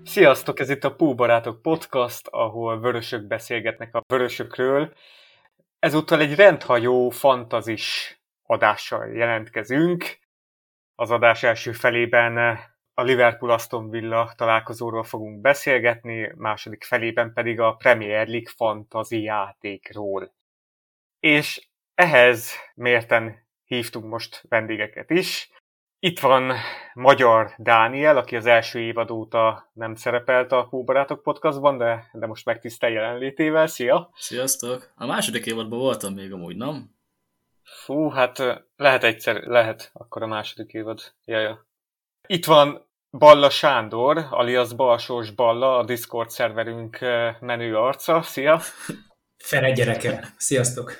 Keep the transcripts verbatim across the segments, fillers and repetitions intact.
Sziasztok, ez itt a Pú Barátok Podcast, ahol vörösök beszélgetnek a vörösökről. Ezúttal egy rendhagyó fantazis adással jelentkezünk. Az adás első felében a Liverpool-Aston Villa találkozóról fogunk beszélgetni, második felében pedig a Premier League fantasy játékról. És ehhez mérten hívtunk most vendégeket is. Itt van Magyar Dániel, aki az első évad óta nem szerepelt a Pú Barátok Podcastban, de, de most megtisztel jelenlétével. Szia! Sziasztok! A második évadban voltam még amúgy, nem? Fú, hát lehet egyszer, lehet akkor a második évad. Jaja. Itt van Balla Sándor, alias Balsós Balla, a Discord szerverünk menő arca. Szia! Fere gyereke! Sziasztok!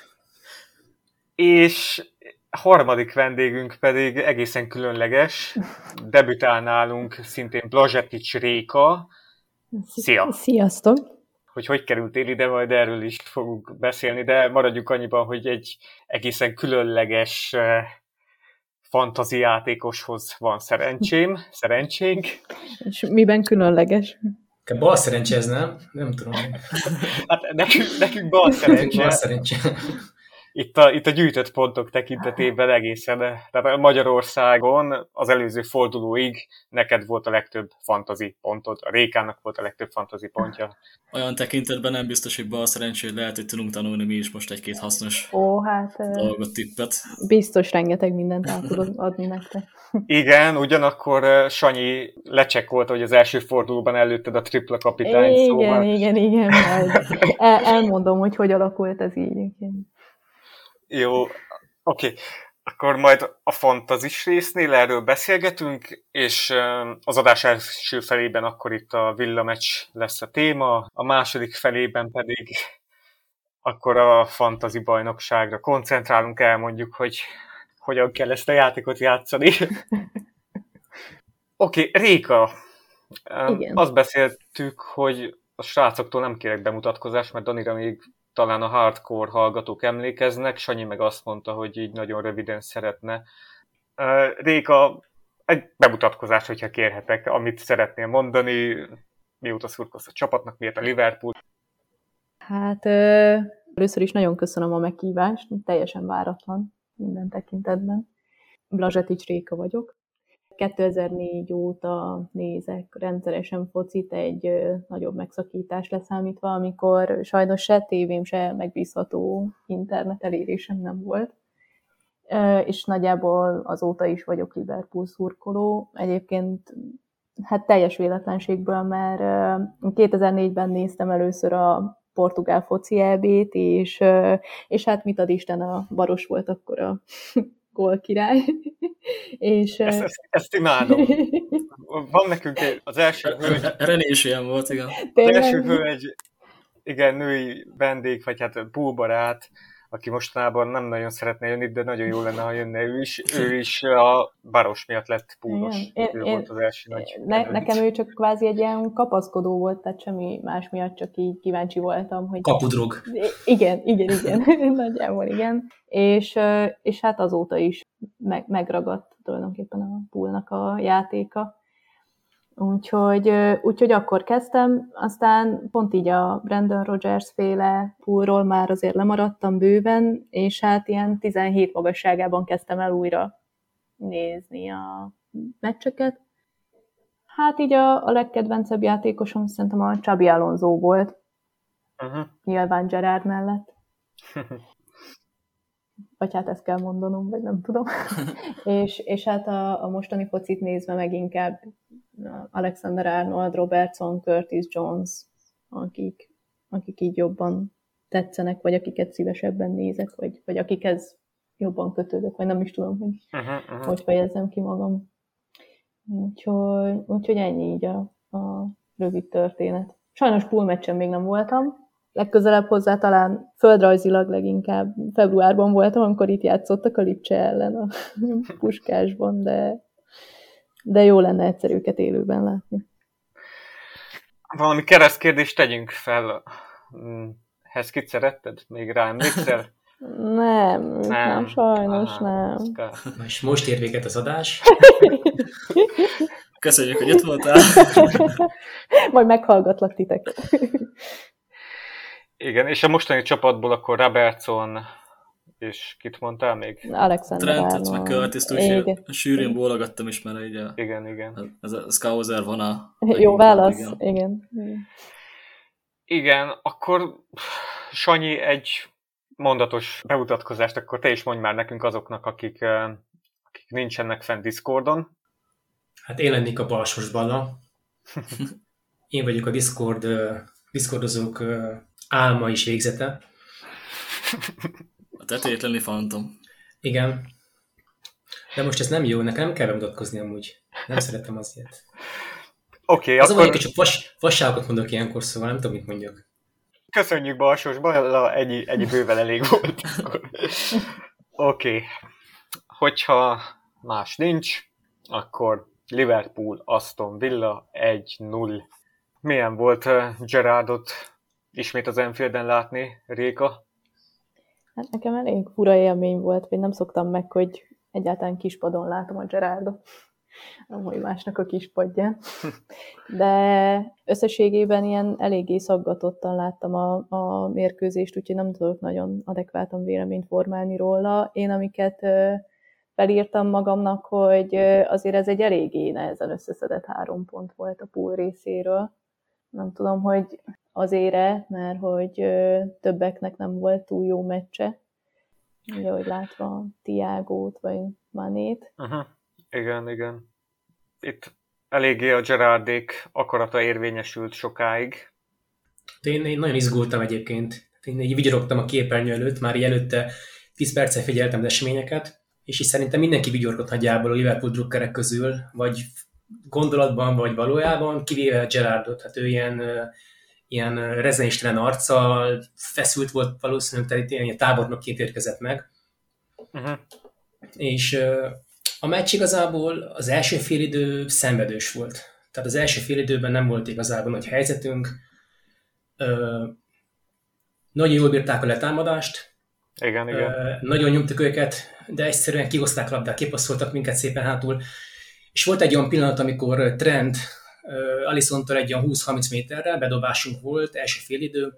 És harmadik vendégünk pedig egészen különleges, debütál nálunk szintén Blazsetic Réka. Szia! Sziasztok! Hogy hogy kerültél ide, majd erről is fogunk beszélni, de maradjunk annyiban, hogy egy egészen különleges fantasy játékoshoz van szerencsém, szerencsénk. És miben különleges? Bal szerencse ez, nem? Nem tudom. Hát nekünk, nekünk bal szerencse. Bal szerencse. Itt a, itt a gyűjtött pontok tekintetében egészen, tehát Magyarországon az előző fordulóig neked volt a legtöbb fantasy pontod, a Rékának volt a legtöbb fantasy pontja. Olyan tekintetben nem biztos, hogy bal szerencsét lehet, hogy tudunk tanulni mi is most egy-két hasznos Ó, hát, dolgot, tippet. Biztos rengeteg mindent át tudod adni nektek. Igen, ugyanakkor Sanyi lecsekkolta, hogy az első fordulóban előtted a tripla kapitány. Igen, szóval... igen, igen, majd el, elmondom, hogy hogy alakult ez így. Jó, oké. Okay. Akkor majd a fantazis résznél erről beszélgetünk, és az adás első felében akkor itt a Villa meccs lesz a téma, a második felében pedig akkor a fantasy bajnokságra koncentrálunk, elmondjuk, hogy hogyan kell ezt a játékot játszani. Oké, okay, Réka, Igen. Azt beszéltük, hogy a srácoktól nem kérek bemutatkozást, mert Danira még talán a hardcore hallgatók emlékeznek, Sanyi meg azt mondta, hogy így nagyon röviden szeretne. Réka, egy bemutatkozás, hogyha kérhetek, amit szeretnél mondani, mióta szurkolsz a csapatnak, miért a Liverpool? Hát ö, először is nagyon köszönöm a meghívást, teljesen váratlan minden tekintetben. Blazsetic Réka vagyok. kétezer-négy óta nézek rendszeresen focit, egy ö, nagyobb megszakítás leszámítva, amikor sajnos se tévém, se megbízható internet elérésem nem volt. Ö, és nagyjából azóta is vagyok Liverpool szurkoló. Egyébként hát teljes véletlenségből, mert ö, kétezer-négyben néztem először a portugál foci é bét, és, ö, és hát mit ad Isten, a Baros volt akkor a gólkirály. És, ezt, ezt, ezt imádom. Van nekünk az első hölgy... René is ilyen volt, igen. Az első hölgy, igen, női vendég, vagy hát púlbarát, aki mostanában nem nagyon szeretne jönni, de nagyon jó lenne, ha jönne ő is. Ő is a Baros miatt lett púlos. Én, ő én, volt az első nagy ne, Nekem ő csak kvázi egy ilyen kapaszkodó volt, tehát semmi más miatt, csak így kíváncsi voltam, hogy... Kapudrog. Igen, igen, igen. Nagyjából igen. És, és hát azóta is meg, megragadt tulajdonképpen a poolnak a játéka. Úgyhogy, úgyhogy akkor kezdtem, aztán pont így a Brendan Rodgers féle poolról már azért lemaradtam bőven, és hát ilyen tizenhét magasságában kezdtem el újra nézni a meccseket. Hát így a, a legkedvencebb játékosom szerintem a Xabi Alonso volt, uh-huh. Nyilván Gerrard mellett. Vagy hát ezt kell mondanom, vagy nem tudom. és, és hát a, a mostani focit nézve meg inkább Alexander-Arnold, Robertson, Curtis Jones, akik, akik így jobban tetszenek, vagy akiket szívesebben nézek, vagy, vagy akikhez jobban kötődök, vagy nem is tudom, hogy uh-huh, uh-huh. hogy fejezzem ki magam. Úgyhogy, úgyhogy ennyi így a, a rövid történet. Sajnos pool meccsen még nem voltam, legközelebb hozzá talán földrajzilag leginkább februárban voltam, amikor itt játszottak a Lipcse ellen a Puskásban, de, de jó lenne egyszer őket élőben látni. Valami keresztkérdést tegyünk fel. Heskit szeretted? Még rá emlékszel? Nem, nem, nem sajnos Aha, nem. És most ér véget az adás. Köszönjük, hogy itt voltál. Majd meghallgatlak titeket. Igen, és a mostani csapatból akkor Robertson, és kit mondtál még? Alexander Trentet, meg Arnold. Curtis-t Igen. úgy sűrűn bólogattam is, mert így a, Igen, igen. ez a Scouser van a... Jó válasz, igen. igen. igen. Igen, akkor Sanyi, egy mondatos bemutatkozást, akkor te is mondj már nekünk azoknak, akik, akik nincsenek fent Discordon. Hát én lennék a Balsos Balla. Én vagyok a Discord, Discordozók álma és végzete. A tetétlenni fantom. Igen. De most ez nem jó, nekem nem kell bemutatkozni amúgy. Nem szeretem az ilyet. Oké, okay, az akkor... Az hogy csak vas, vasságokat mondok ilyenkor, szóval nem tudom, mit mondjak. Köszönjük, Balsos Balla, ennyi, ennyi bőven elég volt. Oké. Okay. Hogyha más nincs, akkor Liverpool, Aston Villa egy null. Milyen volt Gerrardot ismét az Anfielden látni, Réka? Hát nekem elég fura élmény volt, hogy nem szoktam meg, hogy egyáltalán kispadon látom a Gerrardot, amúgy másnak a kispadján. De összességében ilyen eléggé szaggatottan láttam a, a mérkőzést, úgyhogy nem tudok nagyon adekvátan véleményt formálni róla. Én amiket felírtam magamnak, hogy azért ez egy eléggé nehezen összeszedett három pont volt a Pool részéről. Nem tudom, hogy azért, mert hogy többeknek nem volt túl jó meccse. Ugye, hogy látva Thiagót vagy Manét. Uh-huh. Igen, igen. Itt eléggé a Gerrardék akarata érvényesült sokáig. Én, én nagyon izgultam egyébként. Én így vigyorogtam a képernyő előtt, már így előtte tíz perccel figyeltem az eseményeket, és így szerintem mindenki vigyorgott nagyjából a Liverpool drukkerek közül, vagy gondolatban, vagy valójában, kivéve Gerrardot. Hát ő ilyen, ilyen rezenéstelen arccal, feszült volt valószínűleg, tehát ilyen tábornokként érkezett meg. Uh-huh. És a meccs igazából az első félidő szenvedős volt. Tehát az első félidőben nem volt igazából nagy helyzetünk. Ö, nagyon jól bírták a letámadást. Igen, igen. Ö, nagyon nyomtuk őket, de egyszerűen kihozták labdát, kipasszoltak minket szépen hátul. És volt egy olyan pillanat, amikor Trent uh, Alissontól egy olyan húsz-harminc méterrel bedobásunk volt, első félidő,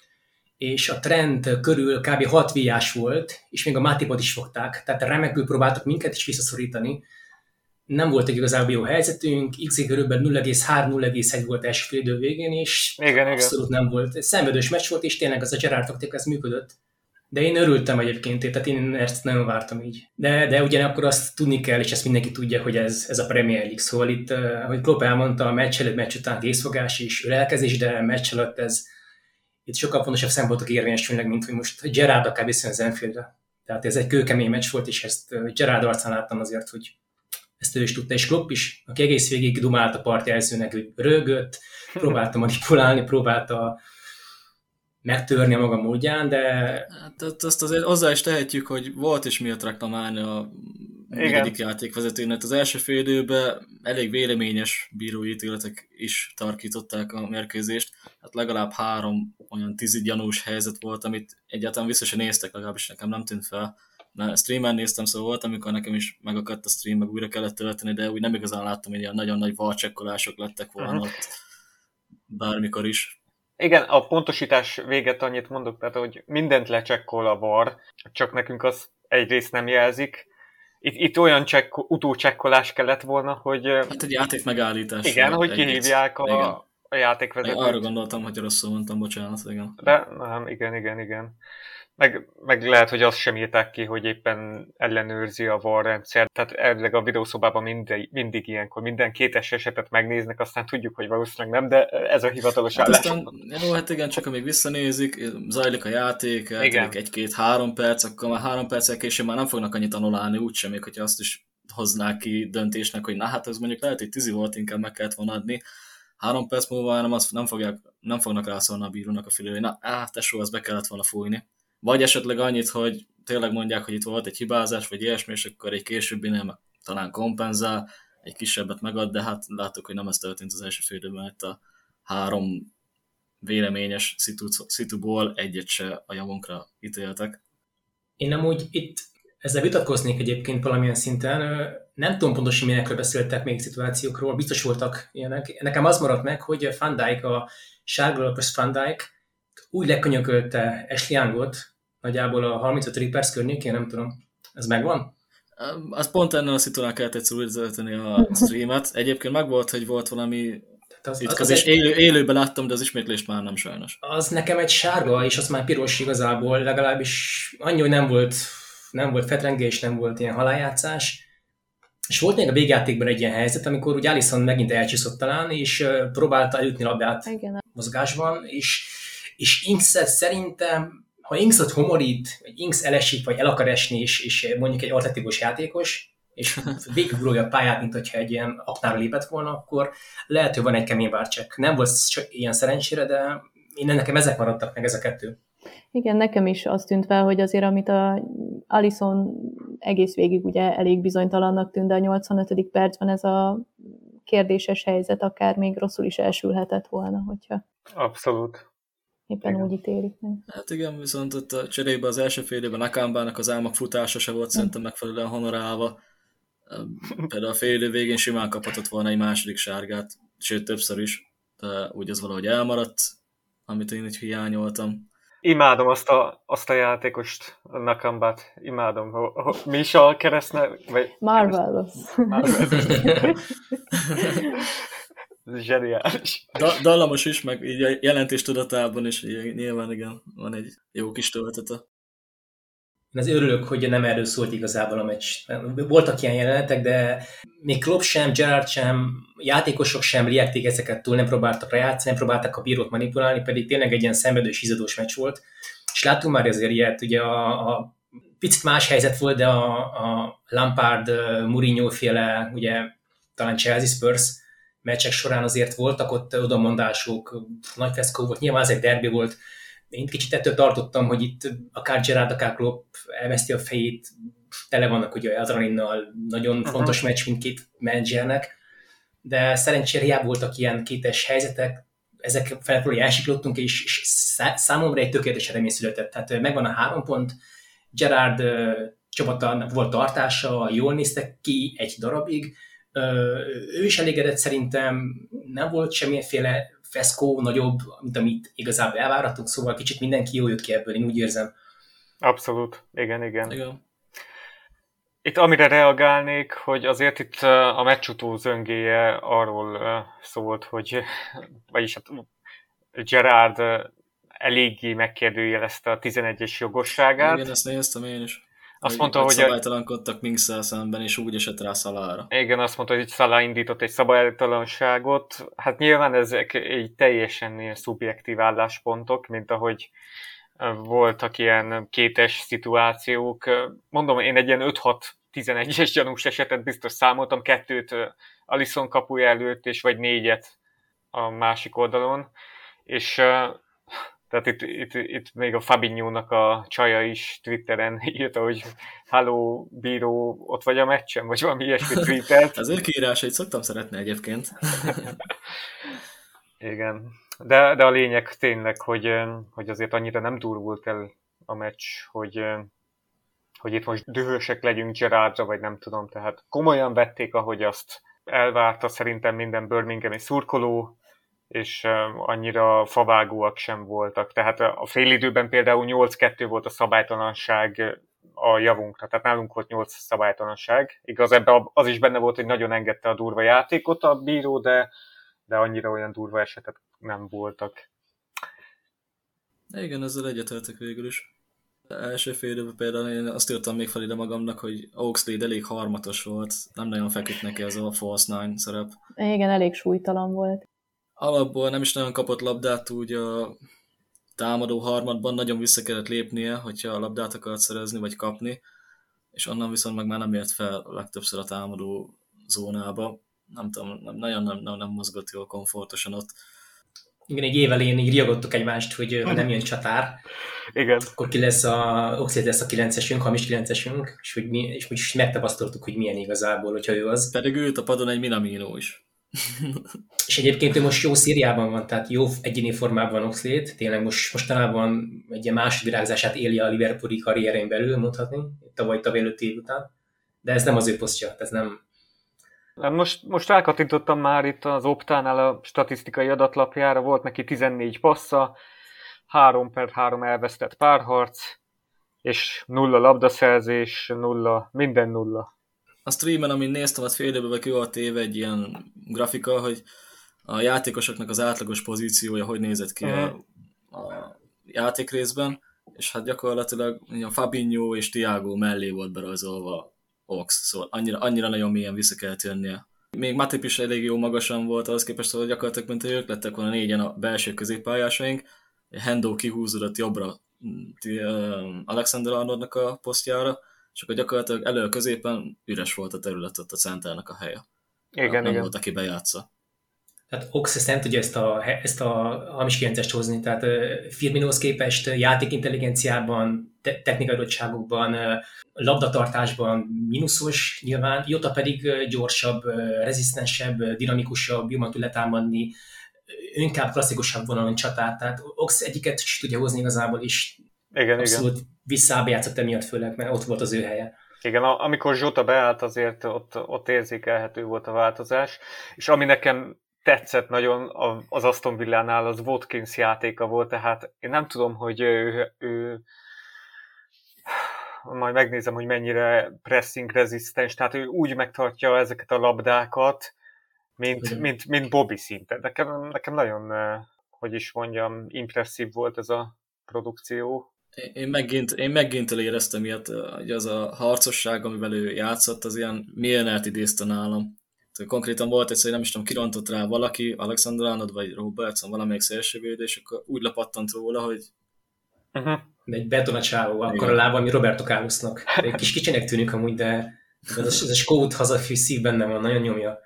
és a Trent körül kb. hat víjás volt, és még a Matipot is fogták, tehát remekül próbáltak minket is visszaszorítani. Nem volt egy igazából jó helyzetünk, iksz gé körülbelül nulla egész három nulla egész egy volt első félidő végén, és igen, abszolút igen. nem volt. Szenvedős meccs volt, és tényleg az a Gerrard taktika, ez működött. De én örültem egyébként, tehát én ezt nagyon vártam így. De, de ugyanakkor azt tudni kell, és ezt mindenki tudja, hogy ez, ez a Premier League. Szóval itt, ahogy Klopp elmondta, a meccs előtt, meccs után készfogás és ölelkezés, de a meccs előtt ez itt sokkal fontosabb szempontok érvényesülnek, mint hogy most Gerrard akár visszajön az Anfieldre. Tehát ez egy kőkemény meccs volt, és ezt Gerrard arcán láttam azért, hogy ezt ő is tudta, és Klopp is, aki egész végig dumált a partjelzőnek, hogy rögött, próbálta manipulálni, próbálta megtörni a maga módján, de... Hát azt azért hozzá is tehetjük, hogy volt is miatt reklamálni a negyedik játékvezetőnek. Az első fél időben elég véleményes bírói ítéletek is tarkították a mérkőzést. Hát legalább három olyan tízigyanús helyzet volt, amit egyáltalán vissza se néztek, legalábbis nekem nem tűnt fel. Mert streamen néztem, szóval volt, amikor nekem is megakadt a stream, meg újra kellett tölteni, de úgy nem igazán láttam, hogy ilyen nagyon nagy valcsekkolások lettek volna uh-huh. ott bármikor is. Igen, a pontosítás véget annyit mondok, tehát hogy mindent lecsekkol a var, csak nekünk az egyrészt nem jelzik. Itt, itt olyan csekk, utócsekkolás kellett volna, hogy... Hát egy játék megállítás. Igen, hogy kihívják a, a játékvezetőt. Arra gondoltam, hogy rosszul mondtam, bocsánat, igen. De nem, igen, igen, igen. Meg, meg lehet, hogy azt sem írták ki, hogy éppen ellenőrzi a var rendszer. Tehát elvileg a videószobában mindig, mindig ilyenkor minden kétes esetet megnéznek, aztán tudjuk, hogy valószínűleg nem, de ez a hivatalos hát állás. Aztán, jó, hát igen, csak amíg visszanézik, zajlik a játék, eltelik egy-két-három perc, akkor már három perccel később már nem fognak annyit anulálni, úgysem, még hogyha azt is hoznák ki döntésnek, hogy na hát ez mondjuk lehet, hogy tízi volt, inkább meg kellett volna adni. Három perc múlva nem, azt nem, fogják, nem fognak rászólni a bírónak a fülére, hogy na, á, tesó, azt be kellett volna fújni. Vagy esetleg annyit, hogy tényleg mondják, hogy itt volt egy hibázás, vagy ilyesmi, és akkor egy későbbinél talán kompenzál, egy kisebbet megad, de hát láttuk, hogy nem ez történt az első fél időben, itt a három véleményes szitu, szituból egyet se a javunkra ítéltek. Én amúgy itt Ezzel vitatkoznék egyébként valamilyen szinten. Nem tudom pontosan, milyenekről beszéltek még szituációkról, biztos voltak ilyenek. Nekem az maradt meg, hogy Van Dijk, a sárga lapos Van Dijk úgy lekönyökölte Ashley Youngot, nagyjából a harmincötödik perc környékén, nem tudom. Ez megvan? Az pont ennél a szitúnál kellett egyszer úgy zölteni a streamet. Egyébként megvolt, hogy volt valami az, az, az és egy... élő, élőben láttam, de az ismétlést már nem sajnos. Az nekem egy sárga, és az már piros igazából, legalábbis annyi, hogy nem volt, nem volt fetrengés, nem volt ilyen haláljátszás. És volt még a végjátékban egy ilyen helyzet, amikor úgy Alisson megint elcsúszott talán, és próbálta elütni labdát igen. Mozgásban, és, és Inks-et szerintem, ha Inks-ot homorít, vagy Inks elesik, vagy el akar esni, és, és mondjuk egy atletikus játékos, és végigurolja a pályát, mint hogyha egy ilyen aknára lépett volna, akkor lehet, hogy van egy kemény bárcsek. Nem volt ilyen szerencsére, de én nekem ezek maradtak meg, ez a kettő. Igen, nekem is azt tűnt fel, hogy azért, amit a Alisson egész végig ugye elég bizonytalannak tűnt, de a nyolcvanötödik percben ez a kérdéses helyzet akár még rosszul is elsülhetett volna, hogyha abszolút éppen igen. úgy ítélik meg. Hát igen, viszont ott a cserébe az első fél évben Nakambának az álmak futása se volt szerintem megfelelően honorálva. Például a fél idő végén simán kaphatott volna egy második sárgát, sőt többször is, de úgy az valahogy elmaradt, amit én így hiányoltam. Imádom azt a, azt a játékost, a Nakambát, imádom. Mi is a keresztne? Vagy... Marvelous. Marvelous. Zseniális. Da- dallamos is, meg így a jelentés tudatában is nyilván igen, van egy jó kis töltete. Én az örülök, hogy nem erről szólt igazából a meccs. Voltak ilyen jelenetek, de még Klopp sem, Gerrard sem, játékosok sem liekték ezeket túl, nem próbáltak rajátszani, nem próbáltak a bírót manipulálni, pedig tényleg egy ilyen szenvedős, izzadós meccs volt. És láttunk már azért ilyet, ugye a, a picit más helyzet volt, de a, a Lampard, Mourinho-féle, ugye talán Chelsea Spurs meccsek során azért voltak ott odamondások, nagy feszkó volt, nyilván ez egy derbi volt. Én kicsit ettől tartottam, hogy itt akár Gerrard, akár Klopp elveszti a fejét, tele vannak ugye adrenalinnal, nagyon uh-huh. fontos meccs mindkét menedzsernek, de szerencsére hiába voltak ilyen kétes helyzetek, ezek felfelé elsiklottunk, és, és számomra egy tökéletes eredmény született. Tehát megvan a három pont, Gerrard uh, csapata volt tartása, jól néztek ki egy darabig, uh, ő is elégedett szerintem, nem volt semmilyenféle feszkó nagyobb, mint amit igazából elvárhatunk, szóval kicsit mindenki jól jött ki ebből, én úgy érzem. Abszolút, igen, igen. igen. Itt amire reagálnék, hogy azért itt a meccsutó zöngéje arról szólt, hogy vagyis hát Gerrard eléggé megkérdőjelezte a tizenegyes jogosságát. Igen, ezt néztem én is. Azt mondta, hogy szabálytalankodtak Minkszel szemben, és úgy esett rá Salahra. Igen, azt mondta, hogy Salah indított egy szabálytalanságot. Hát nyilván ezek egy teljesen ilyen szubjektív álláspontok, mint ahogy voltak ilyen kétes szituációk. Mondom, én egy ilyen öt-hat tizenegyes gyanús esetet biztos számoltam, kettőt Alisson kapuja előtt, és vagy négyet a másik oldalon. És tehát itt, itt, itt még a Fabinho-nak a csaja is Twitteren írta, hogy halló, bíró, ott vagy a meccsen, vagy valami ilyesmi tweetelt. Az kiírásait szoktam szeretni egyébként. Igen, de, de a lényeg tényleg, hogy, hogy azért annyira nem durvult el a meccs, hogy, hogy itt most dühösek legyünk Gerrardra, vagy nem tudom, tehát komolyan vették, ahogy azt elvárta szerintem minden birminghami szurkoló, és annyira favágóak sem voltak. Tehát a félidőben például nyolc kettő volt a szabálytalanság a javunkra, tehát nálunk volt nyolc szabálytalanság. Igaz, ebben az is benne volt, hogy nagyon engedte a durva játékot a bíró, de, de annyira olyan durva esetek nem voltak. Igen, ezzel egyetértek végül is. De első fél időben például én azt írtam még fel ide magamnak, hogy Oxlade elég harmatos volt, nem nagyon feküdt neki ez a false nine szerep. Igen, elég súlytalan volt. Alapból nem is nagyon kapott labdát, úgy a támadó harmadban nagyon vissza kellett lépnie, hogyha a labdát akart szerezni vagy kapni, és onnan viszont meg már nem ért fel legtöbbször a támadó zónába. Nem tudom, nem, nagyon nem, nem, nem mozgott jól komfortosan ott. Igen, egy év elején így riagottuk egymást, hogy nem jön csatár. Igen. Akkor ki lesz a Oxlade lesz a kilencesünk, hamis kilencesünk, és, hogy mi, és mi is megtapasztaltuk, hogy milyen igazából, hogyha ő az. Pedig őt a padon egy Minamino is. És egyébként ő most jó Szíriában van, tehát jó egyéni formában van Oxlade, tényleg most, mostanában egy ilyen másodvirágzását éli a Liverpooli karrierén belül, mondhatni, tavaly tavaly előtt év után, de ez nem az ő posztja, ez nem... Most, most rákattintottam már itt az Optánál a statisztikai adatlapjára, volt neki tizennégy passza, három per három elvesztett párharc, és nulla labdaszerzés, nulla, minden nulla. A streamen, amin néztem, az fél időben vagy ki volt téve egy ilyen grafika, hogy a játékosoknak az átlagos pozíciója hogy nézett ki mm. a, a játékrészben, és hát gyakorlatilag a Fabinho és Thiago mellé volt berajzolva Ox, szóval annyira, annyira nagyon mélyen vissza kellett jönnie. Még Matip is elég jó magasan volt, ahhoz képest, hogy gyakorlatilag, mint ők lettek volna négyen a belső középpályásaink, Hendo kihúzódott jobbra Alexander Arnoldnak a posztjára, és akkor gyakorlatilag elő középen üres volt a terület, ott a centernek a helye. Igen, nem igen. volt, aki bejátsza. Tehát Ox ezt nem tudja ezt a, ezt a hamis kilencest hozni, tehát Firminóhoz képest játékintelligenciában, te- technikai adottságokban, labdatartásban mínuszos nyilván, Jota pedig gyorsabb, rezisztensebb, dinamikusabb, jobban tud letámadni, inkább klasszikusabb vonalon csatát, tehát Ox egyiket is tudja hozni igazából is. Igen, abszolút igen. visszább játszott emiatt főleg, mert ott volt az ő helye. Igen, amikor Jota beállt, azért ott, ott érzékelhető volt a változás, és ami nekem tetszett nagyon az Aston Villánál, az Watkins játéka volt, tehát én nem tudom, hogy ő, ő majd megnézem, hogy mennyire pressing rezisztens, tehát ő úgy megtartja ezeket a labdákat, mint, mint, mint Bobby szinten. Nekem, nekem nagyon, hogy is mondjam, impresszív volt ez a produkció. Én megint, én megint eléreztem ilyet, hogy az a harcosság, amivel ő játszott, az ilyen Milnert idézte nálam. Konkrétan volt egyszer, hogy nem is tudom, kirontott rá valaki, Alexander Arnold vagy Robertson, valamelyik szélsővédő, és akkor úgy lepattant róla, hogy... Uh-huh. De egy betonacsáló, akkor a lába, ami Roberto Carlosnak. Egy kis kicsinek tűnik amúgy, de ez a, ez a skót hazafű szív benne van, nagyon nyomja.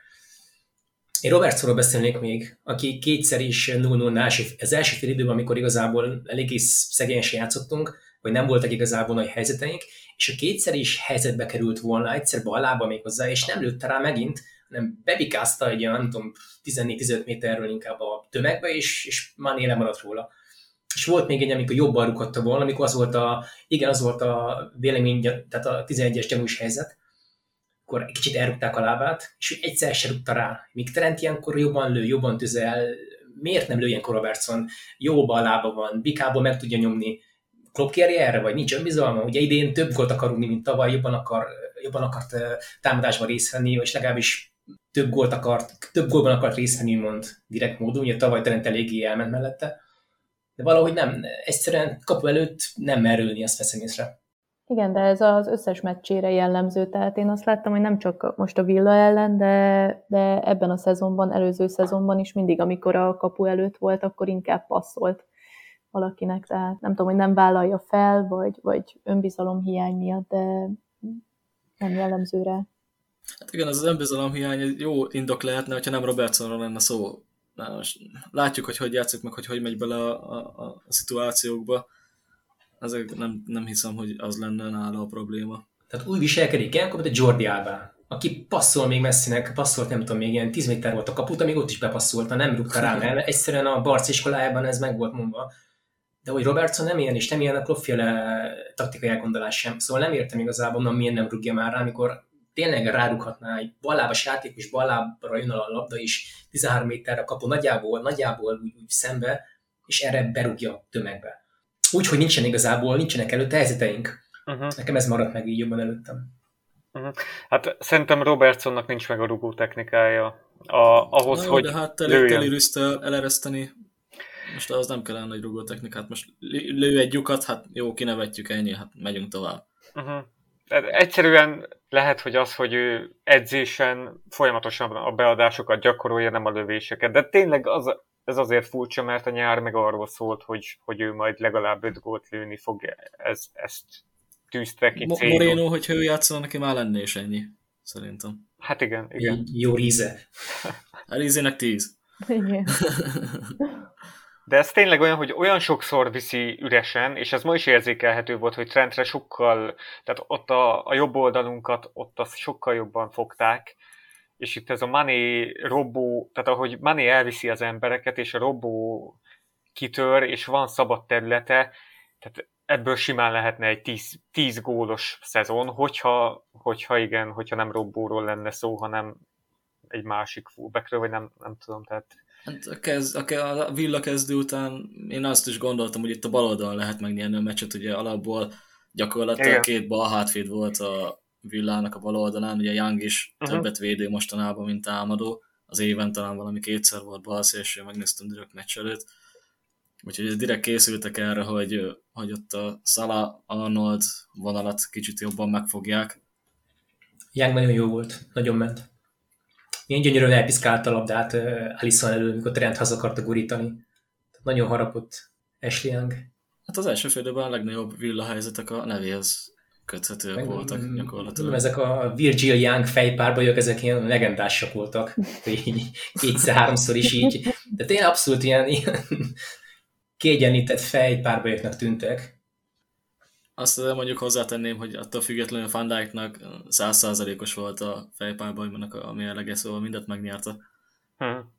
Én Robertsonról beszélnék még, aki kétszer is nulla nulla az első fél időben, amikor igazából eléggé szegényesen játszottunk, vagy nem voltak igazából nagy helyzeteink, és a kétszer is helyzetbe került volna, egyszer ballába még hozzá, és nem lőtte rá megint, hanem bebikázta egy olyan, nem tudom, tizennégy-tizenöt méterről inkább a tömegbe, és, és Mané lemaradt róla. És volt még egy, amikor jobban rúghatta volna, amikor az volt a, igen, az volt a vélemény, tehát a tizenegyes gyanús helyzet, akkor egy kicsit elrúgták a lábát, és egyszer se rúgta rá. Míg Trent ilyenkor jobban lő, jobban tüzel, miért nem lő ilyenkor Robertson? Jóba a lába van, bikából meg tudja nyomni. Klopp kéri erre, vagy nincs önbizalma? Ugye idén több gólt akar rúgni, mint tavaly, jobban, akar, jobban akart támadásban részt venni, és legalábbis több gólt akart, több gólban akart részt venni, mond direkt módon, ugye tavaly Trent eléggé elment mellette. De valahogy nem, egyszerűen kapu előtt nem mer ülni, azt veszem észre. Igen, de ez az összes meccsére jellemző, tehát én azt láttam, hogy nem csak most a Villa ellen, de, de ebben a szezonban, előző szezonban is mindig, amikor a kapu előtt volt, akkor inkább passzolt valakinek, tehát nem tudom, hogy nem vállalja fel, vagy, vagy önbizalomhiány miatt, de nem jellemző rá. Hát igen, ez az önbizalomhiány egy jó indok lehetne, hogyha nem Robertsonról lenne szó. Na, most látjuk, hogy hogy játszik, meg hogy hogy megy bele a, a, a szituációkba. Ezek nem, nem hiszem, hogy az lenne nála a probléma. Tehát úgy viselkedik el, mint egy Jordi Alba, aki passzol még Messinek, passzolt nem tudom, még ilyen tíz méter volt a kaput, amíg ott is bepasszolta, nem rúgta rá, mert egyszerűen a Barca iskolájában ez meg volt mondva. De hogy Robertson nem ilyen, és nem ilyen a Klopp-féle taktikai elgondolás sem. Szóval nem értem igazából, na miért nem rúgja már rá, amikor tényleg rárughatná egy ballábas játékos, ballábra jön a labda is, tizenhárom méterre kapu nagyjából, nagyjából úgy, úgy szembe, és erre berúgja tömegbe. Úgyhogy nincsen igazából, nincsenek előtte helyzeteink. Uh-huh. Nekem ez maradt meg így jobban előttem. Uh-huh. Hát szerintem Robertsonnak nincs meg a rugó technikája a, ahhoz, jó, hogy de hát telérűzte elereszteni, most az nem kellene nagy rugó technikát. Most lő egy lyukat, hát jó, kinevetjük, ennyi, hát megyünk tovább. Uh-huh. Egyszerűen lehet, hogy az, hogy ő edzésen folyamatosan a beadásokat gyakorolja, nem a lövéseket, de tényleg az, ez azért furcsa, mert a nyár meg arról szólt, hogy, hogy ő majd legalább öt gólt lőni fog, ez, ezt tűzte ki célul. Moreno, hogyha ő játszana, neki már lenne és ennyi, szerintem. Hát igen, igen. Jó Rize. A Rizének tíz. Igen. De ez tényleg olyan, hogy olyan sokszor viszi üresen, és ez ma is érzékelhető volt, hogy Trentre sokkal, tehát ott a, a jobb oldalunkat, ott azt sokkal jobban fogták, és itt ez a Mané robó, tehát ahogy Mané elviszi az embereket, és a robó kitör, és van szabad területe, tehát ebből simán lehetne egy tíz, tíz gólos szezon, hogyha, hogyha igen, hogyha nem robóról lenne szó, hanem egy másik fullbackről, vagy nem, nem tudom, tehát... Hát a, kez, a, a Villa kezdő után én azt is gondoltam, hogy itt a bal oldalon lehet megnyerni a meccset, ugye alapból gyakorlatilag igen. Két bal hátvéd volt a Villának a bal oldalán, ugye Young is uh-huh. többet védő mostanában, mint támadó, az éven talán valami kétszer volt balszélső, megnéztem direkt meccs előtt, úgyhogy direkt készültek erre, hogy, hogy ott a Salah Arnold vonalat kicsit jobban megfogják. Young nagyon jó volt, nagyon ment. Ilyen gyönyörűen elpiszkálta a labdát Alisson elől, mikor Trent haza akarta gurítani. Nagyon harapott Ashley Young. Hát az első félidőben a legnagyobb Villa helyzetek a nevéhez köthetőek meg, voltak gyakorlatilag. Ezek a Virgil Young fejpárbajok, ezek ilyen legendásak voltak. Kétszer-háromszor is így. De tényleg abszolút ilyen, ilyen kiegyenlített fejpárbajoknak tűntek. Azt mondjuk hozzátenném, hogy attól függetlenül Van Dijknak száz százalékos volt a fejpárbajnak a mérlege, szóval mindent megnyerte. Hmm.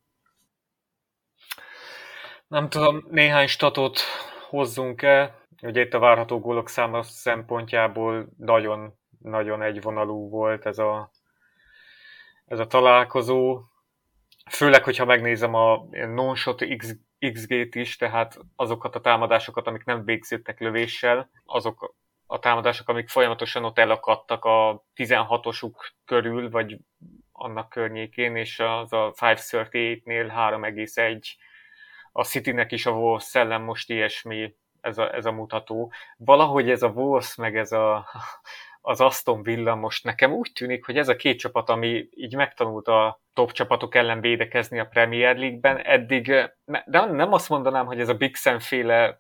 Nem tudom, néhány statot hozzunk el. Ugye itt a várható gólok száma szempontjából nagyon-nagyon egyvonalú volt ez a, ez a találkozó. Főleg, hogyha megnézem a non-shot iksz gét is, tehát azokat a támadásokat, amik nem végződtek lövéssel, azok a támadások, amik folyamatosan ott elakadtak a tizenhatosuk körül, vagy annak környékén, és az a ötszázharmincnyolcnél három egész egy. A Citynek is a Wolves szellem most ilyesmi, ez a, ez a mutató. Valahogy ez a Wolves, meg ez a, az Aston Villa most nekem úgy tűnik, hogy ez a két csapat, ami így megtanult a top csapatok ellen védekezni a Premier League-ben, eddig, de nem azt mondanám, hogy ez a Big Sam-féle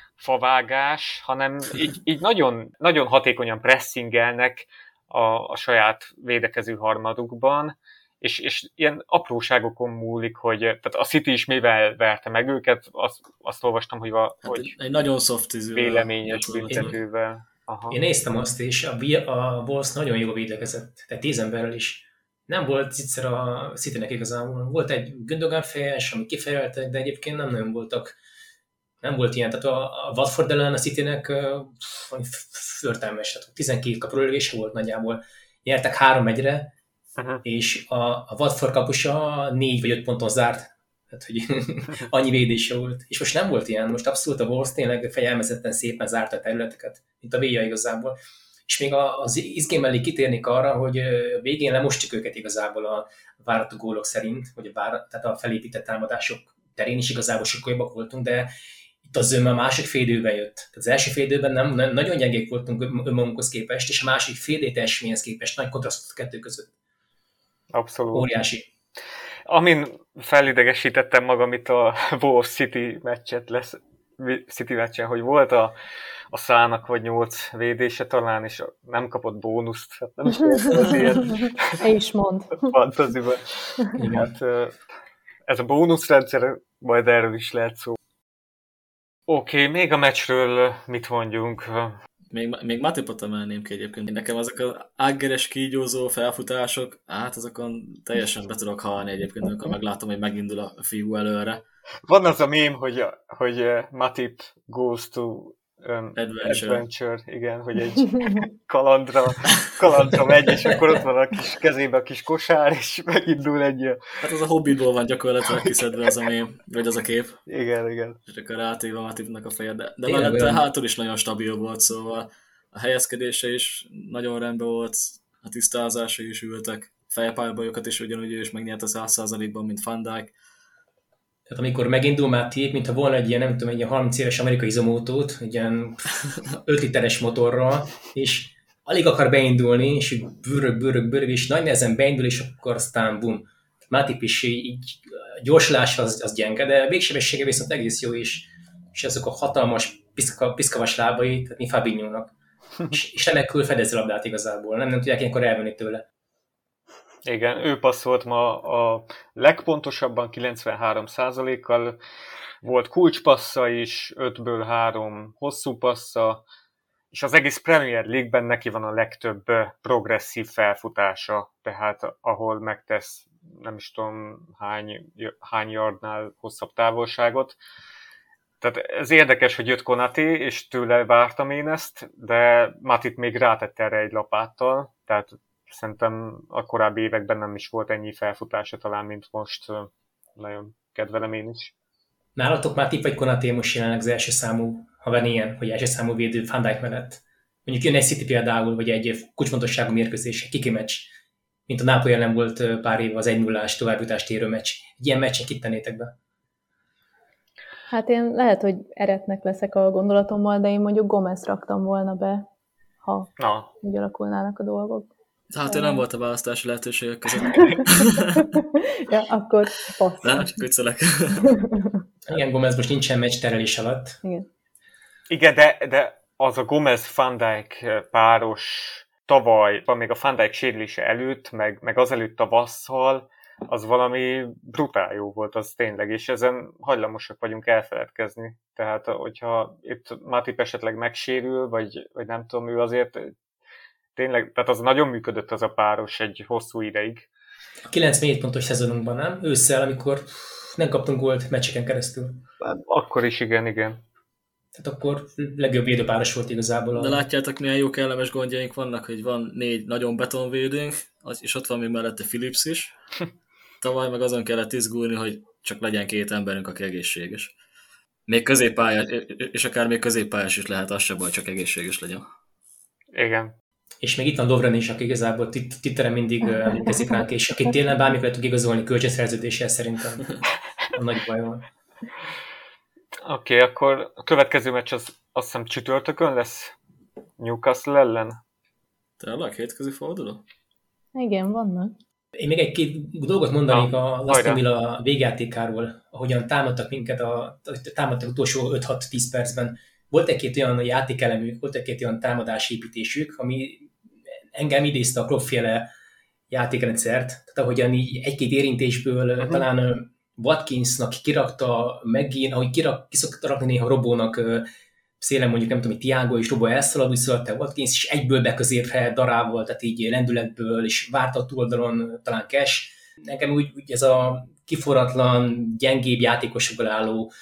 favágás, hanem így, így nagyon, nagyon hatékonyan pressingelnek a, a saját védekező harmadukban, és, és ilyen apróságokon múlik, hogy tehát a City is mivel verte meg őket, azt, azt olvastam, hogy, a, hát hogy egy nagyon soft izővel, véleményes büntetővel. Aha. Én néztem azt, és a, a Wolves nagyon jól védekezett, tehát tíz emberrel is. Nem volt egyszer a Citynek igazából. Volt egy Gündogan fejes, ami kifejeltek, de egyébként nem nagyon voltak. Nem volt ilyen, tehát a, a Watford ellen a Citynek uh, förtelmes, tehát tizenkét kaprólövése volt nagyjából. Nyertek három egyre, uh-huh. és a, a Watford kapusa négy vagy öt ponton zárt. Tehát, hogy annyi védése volt. És most nem volt ilyen, most abszolút a Wolves tényleg fegyelmezetten szépen zárta a területeket, mint a Villa igazából. És még az izgé mellé kitérnék arra, hogy végén lemostjuk őket igazából a várató gólok szerint, vagy a, vár, tehát a felépített támadások terén is igazából sokkal jobbak voltunk, de itt az zömmel a másik fél időben jött. Tehát az első fél időben nem, nem, nagyon gyengék voltunk önmagunkhoz képest, és a másik fél idő teljesményhez képest nagy kontraszt a kettő között. Abszolút. Óriási. Amin felidegesítettem magam itt a Wolves City meccset lesz, City meccsen, hogy volt a, a Szának vagy nyolc védése talán, és nem kapott bónuszt. Hát nem is az ilyen. Én is mond. Fantaziban. Hát, ez a bónuszrendszer, majd erről is lehet szó. Oké, okay, még a meccsről mit mondjunk? Még, még Matipot emelném ki egyébként. Nekem ezek az ággeres kígyózó felfutások, hát azokon teljesen be tudok halni egyébként, amikor meglátom, hogy megindul a fiú előre. Van az a mém, hogy, hogy Matip goes to um, adventure. adventure, igen, hogy egy kalandra, kalandra megy, és akkor ott van a kis kezébe a kis kosár, és megindul egy... Hát az a Hobbitból van gyakorlatilag kiszedve az a mém, vagy az a kép. Igen, igen. És akkor rátéve a Matipnak a feje, de, de mellette hátul is nagyon stabil volt, szóval a helyezkedése is nagyon rendben volt, a tisztázásai is ültek, fejpályabajokat is ugyanúgy ő is megnyert a száz százalékban, mint Van Dijk. Tehát amikor megindul Matip, mintha volna egy ilyen, nem tudom, egy ilyen harminc éves amerikai izomótót, egy ilyen öt literes motorral, és alig akar beindulni, és így bőrög, bőrög, bőrög, és nagy nehezen beindul, és akkor aztán bum. Matip is így gyorsulás az, az gyenge, de végsebessége viszont egész jó, és, és azok a hatalmas piszka, piszkavas lábai, tehát mi Fabinho-nak. és, és remekül fedezi a labdát igazából, nem, nem tudják ilyenkor elvenni tőle. Igen, ő passzolt ma a legpontosabban kilencvenhárom százalékkal, volt kulcspassza is, ötből három hosszú passza, és az egész Premier League-ben neki van a legtöbb progresszív felfutása, tehát ahol megtesz nem is tudom hány, hány yardnál hosszabb távolságot. Tehát ez érdekes, hogy jött Konaté, és tőle vártam én ezt, de Matit még rátett erre egy lapáttal, tehát szerintem a korábbi években nem is volt ennyi felfutása talán, mint most. Nagyon kedvelem én is. Nálatok Matip vagy Konaté most jelenleg az első számú, ha van ilyen, hogy első számú védő Van Dijk mellett? Mondjuk jön egy City például, vagy egy kulcsfontosságú mérkőzés, egy kiki meccs, mint a Napoli ellen volt pár év az egy nullás továbbjutást érő meccs. Egy ilyen meccsen kit tennétek be? Hát én lehet, hogy eretnek leszek a gondolatommal, de én mondjuk Gomez raktam volna be, ha Na. úgy alakulnának a dolgok. Hát ő nem volt a választási lehetőségek között. Ja, akkor passz. Nem, csak viccelek. Igen, Gomez most nincsen meccs terelés alatt. Igen, Igen de, de az a Gomez-Van Dijk páros tavaly, még a Van Dijk sérülése előtt, meg, meg azelőtt tavasszal, az valami brutál jó volt, az tényleg, és ezen hajlamosak vagyunk elfeledkezni. Tehát, hogyha itt Matip esetleg megsérül, vagy, vagy nem tudom, ő azért tényleg, tehát az nagyon működött az a páros egy hosszú ideig. A kilencvenhét pontos szezonunkban, nem? Ősszel, amikor nem kaptunk gólt meccseken keresztül. Akkor is igen, igen. Tehát akkor legjobb védőpáros volt igazából. A... De látjátok, milyen jó kellemes gondjaink vannak, hogy van négy nagyon betonvédőnk, és ott van még mellette Philips is. Tavaly meg azon kellett izgulni, hogy csak legyen két emberünk, aki egészséges. Még középpályás, és akár még középpályás is lehet, az se baj, csak egészséges legyen. Igen. És még itt van Lovren is, aki igazából Twitteren mindig emlékezik ránk, és akit tényleg bármikor tudjuk igazolni kölcsönszerződéssel szerintem. A nagy baj van. Oké, okay, akkor a következő meccs az azt hiszem csütörtökön lesz Newcastle ellen. Tényleg hétközi forduló? Igen, vannak. Én még egy-két dolgot mondanék ah, az Aston Villa végjátékáról, ahogyan támadtak minket, a, támadtak utolsó öt-hat-tíz percben. Volt egy-két olyan játékelemük, volt egy-két olyan támadásépítésük, ami engem idézte a Klopp-féle játékrendszert, tehát ahogyan így egy-két érintésből uh-huh. talán Watkinsnak kirakta megint, ahogy kirak, ki szokta rakni néha Robónak szélen mondjuk nem tudom, hogy Thiago és Robó elszalad, úgy szaladt Watkins, és egyből beközépre darával, tehát így lendületből, és várta a túloldalon talán Cash. Nekem úgy, úgy ez a kiforratlan, gyengébb játékosokból álló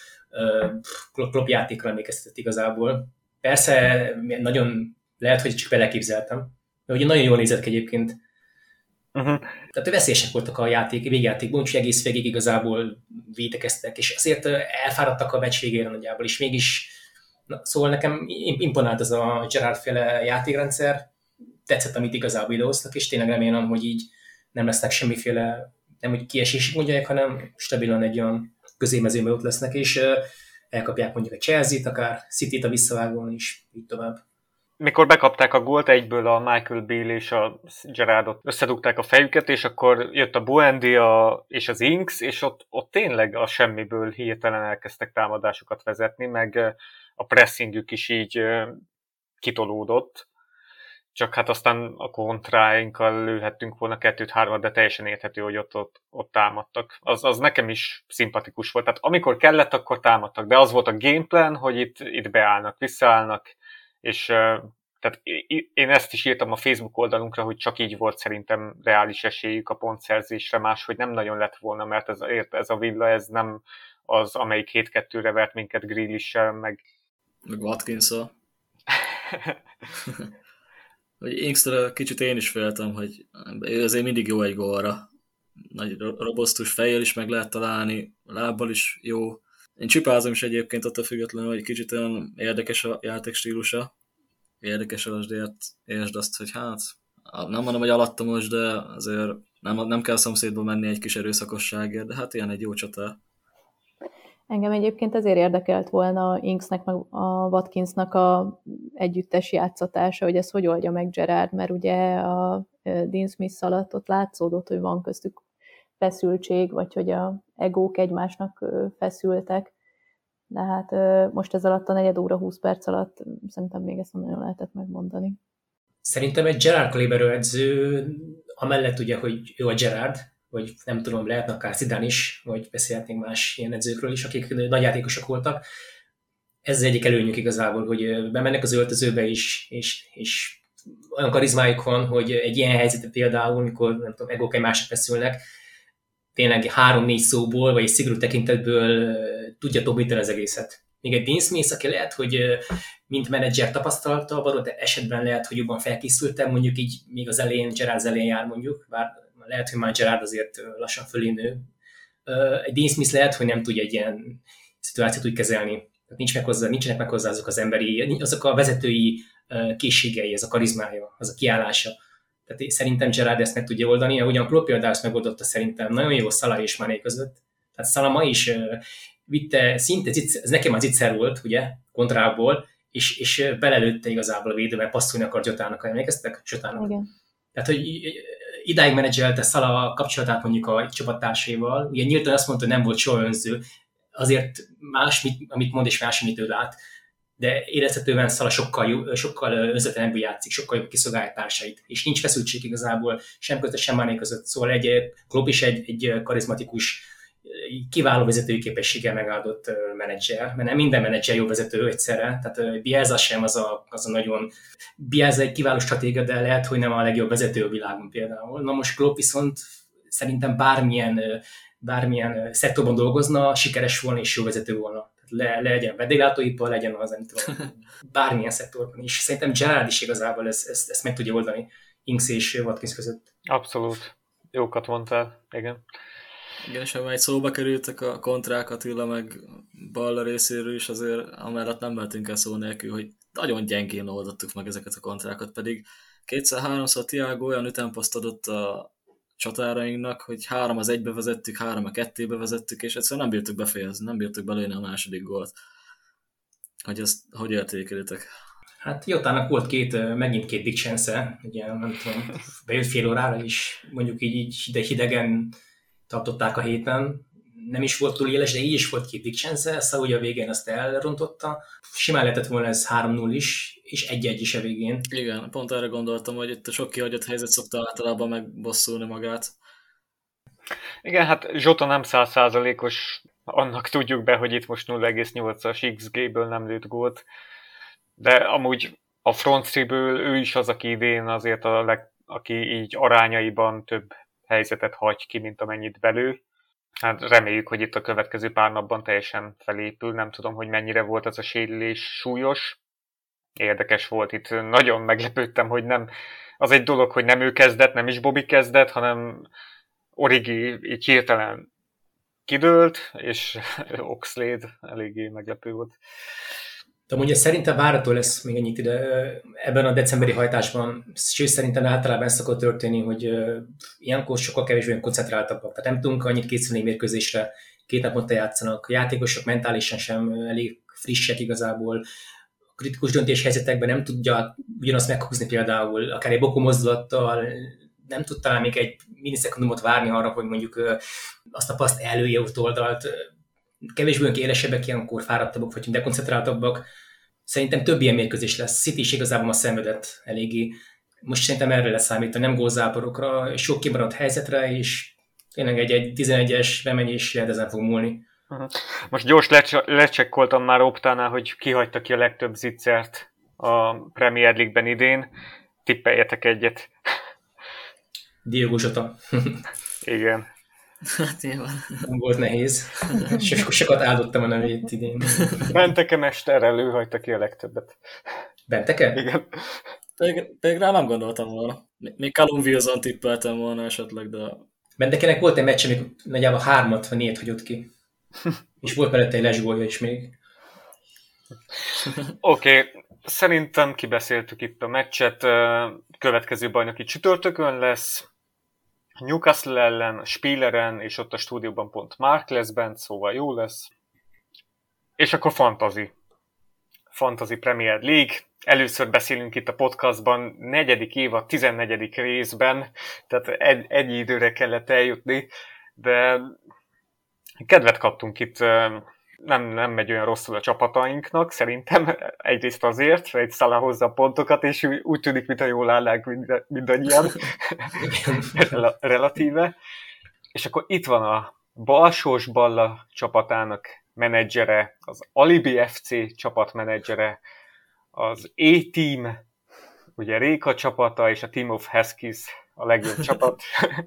uh, Klopp játékra emlékeztetett igazából. Persze nagyon lehet, hogy csak beleképzeltem, de ugye nagyon jól nézett ki egyébként. Uh-huh. Tehát veszélyesek voltak a játék, végjátékban, úgyhogy egész végig igazából védekeztek, és azért elfáradtak a meccs végére nagyjából, és mégis na, szóval nekem imponált ez a Gerrard-féle játékrendszer, tetszett, amit igazából idehoztak, és tényleg remélem, hogy így nem lesznek semmiféle, nem hogy kiesésig mondják, hanem stabilan egy olyan középmezőben ott lesznek, és elkapják mondjuk a Chelsea-t, akár City-t a visszavágón is, így tovább. Mikor bekapták a gólt, egyből a Michael Beale és a Gerrardot összedugták a fejüket, és akkor jött a Buendia és az Inks, és ott, ott tényleg a semmiből hirtelen elkezdtek támadásokat vezetni, meg a pressingük is így kitolódott. Csak hát aztán a kontráinkkal lőhettünk volna kettőt-hármat, de teljesen érthető, hogy ott, ott, ott támadtak. Az, az nekem is szimpatikus volt. Tehát amikor kellett, akkor támadtak, de az volt a gameplan, hogy itt, itt beállnak, visszaállnak, és tehát én ezt is írtam a Facebook oldalunkra, hogy csak így volt szerintem reális esélyük a pontszerzésre, máshogy nem nagyon lett volna, mert ez, ez a Villa, ez nem az, amelyik hét-kettőre vert minket Grealish-sel, meg... Meg Watkins-szal. Inkstől kicsit én is féltem, hogy ő azért mindig jó egy gólra. Nagy robosztus fejjel is meg lehet találni, lábbal is jó. Én csipázom is egyébként attól függetlenül, hogy kicsit olyan érdekes a játékstílusa. Érdekes azért értsd azt, hogy hát nem mondom, hogy alattomos, de azért nem, nem kell szomszédba menni egy kis erőszakosságért, de hát ilyen egy jó csatár. Engem egyébként ezért érdekelt volna Inksnek, meg a Watkinsnak a együttes játszatása, hogy ezt hogy oldja meg Gerrard, mert ugye a Dean Smith alatt ott látszódott, hogy van köztük feszültség, vagy hogy a egók egymásnak feszültek. De hát most ez alatt a negyed óra, húsz perc alatt szerintem még ezt nem nagyon lehetett megmondani. Szerintem egy Gerrard kaliberű edző, amellett ugye, hogy ő a Gerrard, vagy nem tudom, lehetne akár Zidane is, vagy beszélhetnénk más ilyen edzőkről is, akik nagy játékosok voltak. ez egyik előnyük igazából, hogy bemennek az öltözőbe is, és, és olyan karizmájuk van, hogy egy ilyen helyzetet például, amikor nem tudom, egók egymásra feszülnek, tényleg három-négy szóból, vagy egy szigorú tekintetből tudja tobbítani az egészet. Még egy Dean Smith, aki lehet, hogy mint menedzser tapasztalta, való, de esetben lehet, hogy jobban felkészültem, mondjuk így még az elején, Gerard az elején jár mondjuk, bár lehet, hogy már Gerard azért lassan fölé nő. Egy Dean Smith lehet, hogy nem tudja egy ilyen szituációt úgy kezelni. Tehát nincs meg hozzá, nincsenek meg hozzá azok az emberi, azok a vezetői készségei, ez a karizmája, az a kiállása. Tehát szerintem Gerard ezt meg tudja oldani, ahogyan Klopp például ezt megoldotta szerintem nagyon jó Salah és Mané között. Tehát Salah ma is uh, vitte, szinte, ez nekem az Zicser volt, ugye, kontrából, és, és belelőtte igazából a védőben passzolni akar Jotának, emlékeztek? Jotának. Igen. Tehát, hogy idáig menedzselte Salah a kapcsolatát mondjuk a csapattársaival, ugye nyíltan azt mondta, hogy nem volt soha önző, azért más, amit mond, és más, amit ő lát, de érezhetően Salah sokkal, jó, sokkal önzetlenebbül játszik, sokkal jobb kiszolgálja társait, és nincs feszültség igazából sem között, sem Mané között. Szóval egy Klopp is egy, egy karizmatikus, kiváló vezetői képességgel megáldott menedzser, mert nem minden menedzser jó vezető egyszerre, tehát Bielsa sem az a, az a nagyon... Bielsa egy kiváló stratégia, de lehet, hogy nem a legjobb vezető a világon például. Na most Klopp viszont szerintem bármilyen, bármilyen szektorban dolgozna, sikeres volna és jó vezető volna. Le, legyen vendéglátóipar, legyen az, nem tudom, bármilyen szektorban is. Szerintem Gerard is igazából ezt, ezt, ezt meg tudja oldani Ings és Watkins között. Abszolút. Jókat mondtál, igen. Igen, és amely szóba kerültek a kontrák, Attila meg Balla részéről is, azért amellett nem mehetünk el szó nélkül, hogy nagyon gyengén oldottuk meg ezeket a kontrákat, pedig kétszer-háromszor Thiago olyan ütemposzt adott a csatárainknak, hogy három az egybe vezettük, három a kettőbe vezettük, és egyszerűen nem bírtuk befejezni, nem bírtuk belőni a második gólt. Hogy ezt hogy értékelitek? Hát Jotának volt két, megint két big chance-e, ugye nem tudom, bejött fél órára is, mondjuk így, így hidegen tartották a héten, nem is volt túl éles, de így is volt két big chance-e, szóval ugye a végén azt elrontotta, simán lehetett volna ez három null is, és egy-egy is a végén. Igen, pont erre gondoltam, hogy itt a sok kihagyott helyzet szokta általában megbosszulni magát. Igen, hát Zsota nem száz százalékos, annak tudjuk be, hogy itt most nulla egész nyolcas iksz gé-ből nem lőtt gólt, de amúgy a front three-ből ő is az, aki idén azért a leg, aki így arányaiban több helyzetet hagy ki, mint amennyit belő. Hát reméljük, hogy itt a következő pár napban teljesen felépül, nem tudom, hogy mennyire volt ez a sérülés súlyos. Érdekes volt itt, nagyon meglepődtem, hogy nem, az egy dolog, hogy nem ő kezdett, nem is Bobby kezdett, hanem Origi így hirtelen kidőlt, és Oxlade eléggé meglepő volt. De ugye szerintem várható lesz még ennyit ide, ebben a decemberi hajtásban, sőt szerintem általában szokott történni, hogy uh, ilyenkor sokkal kevésbé koncentráltabbak. Tehát nem tudunk annyit készülni mérkőzésre, két naponta játszanak, a játékosok mentálisan sem elég frissek igazából, a kritikus döntéshelyzetekben nem tudja ugyanazt meghúzni például, akár egy bokó mozdulattal, nem tud talán még egy millisekundumot várni arra, hogy mondjuk uh, azt a paszt elője ott oldalt, kevésbé élesebbek, ilyenkor fáradtabbak, vagy dekoncentráltabbak. Szerintem több ilyen mérkőzés lesz. City is igazából ma szenvedett eléggé. Most szerintem erre lesz számítani, nem gólzáporokra, sok kimaradt helyzetre, és tényleg egy, egy tizenegyes bemenés lehet ezen fog múlni. Most gyors lecs- lecsekkoltam már Optánál, hogy kihagyta ki a legtöbb zicsert a Premier League-ben idén. Tippeljetek egyet. Diogo Jota. Igen. Hát nyilván. Nem volt nehéz. So- sokat áldottam a nevét idén. Benteke mester előhagyta ki a legtöbbet. Benteke? Igen. Pedig, pedig rá nem gondoltam volna. Még Callum Wilson tippeltem volna esetleg, de... Bentekenek volt egy meccs, amikor nagyjából hármat vagy négyet hagyott ki. És volt mellette egy lesgólja is még. Oké, okay. Szerintem kibeszéltük itt a meccset. Következő bajnoki csütörtökön lesz. Newcastle ellen, Spieleren, és ott a stúdióban pont Mark lesz bent, szóval jó lesz. És akkor Fantasy. Fantasy Premier League. Először beszélünk itt a podcastban, negyedik évad, tizennegyedik részben, tehát egy, egy időre kellett eljutni, de kedvet kaptunk itt, nem, nem megy olyan rosszul a csapatainknak, szerintem egyrészt azért, egy Salah hozza a pontokat, és úgy tűnik, mintha jól állnánk mind, mindannyian, relatíve. És akkor itt van a balsós Balla csapatának menedzsere, az Alibi ef cé csapatmenedzsere, az A-Team, ugye Réka csapata, és a Team of Huskies a legjobb csapat.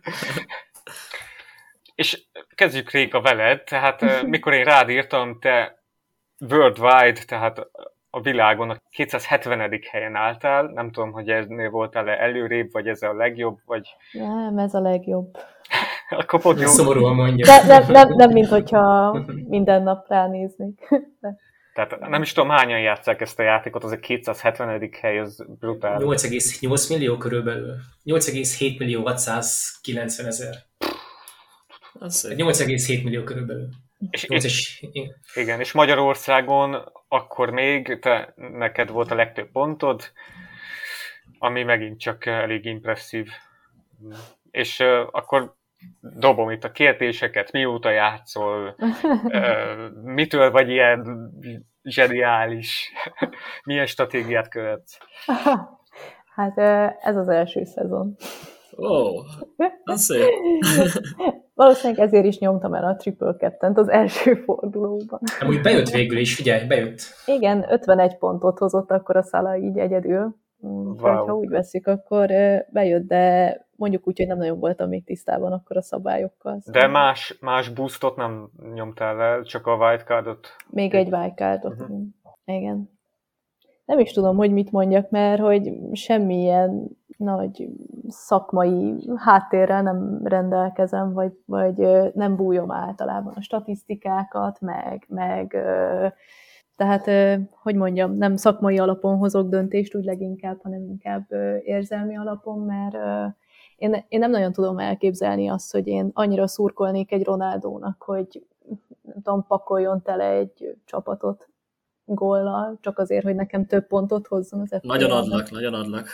És kezdjük Réka veled, tehát mikor én rád írtam, te worldwide, tehát a világon a kétszázhetvenedik helyen álltál, nem tudom, hogy ennél voltál-e előrébb, vagy ez a legjobb, vagy... Nem, ez a legjobb. Akkor pont jó. Szomorúan mondja. De, nem, nem, nem, mint hogyha minden nap ránéznék. De. Tehát nem is tudom, hányan játsszák ezt a játékot, az a kétszázhetvenedik hely, az brutál. nyolc egész nyolc millió körülbelül. nyolc egész hét millió hatszázkilencven ezer. nyolc egész hét millió körülbelül. És, és, és, igen, és Magyarországon akkor még te, neked volt a legtöbb pontod, ami megint csak elég impresszív. És uh, akkor dobom itt a kérdéseket, mióta játszol, uh, mitől vagy ilyen zseniális, milyen stratégiát követsz? Hát ez az első szezon. Ó, oh, az szép. Valószínűleg ezért is nyomtam el a triple captain-t az első fordulóban. Amúgy bejött végül is, figyelj, bejött. Igen, ötvenegy pontot hozott akkor a Salah így egyedül. Wow. Ha úgy veszik, akkor bejött, de mondjuk úgy, hogy nem nagyon voltam még tisztában akkor a szabályokkal. Szóval. De más, más boostot nem nyomtál el, csak a wildcardot? Még egy wildcardot. Uh-huh. Igen. Nem is tudom, hogy mit mondjak, mert hogy semmilyen nagy szakmai háttérrel nem rendelkezem, vagy, vagy nem bújom általában a statisztikákat, meg, meg tehát, hogy mondjam, nem szakmai alapon hozok döntést úgy leginkább, hanem inkább érzelmi alapon, mert én, én nem nagyon tudom elképzelni azt, hogy én annyira szurkolnék egy Ronaldónak, hogy nem tudom, pakoljon tele egy csapatot góllal, csak azért, hogy nekem több pontot hozzon az ef pé. Nagyon adlak, nagyon adlak.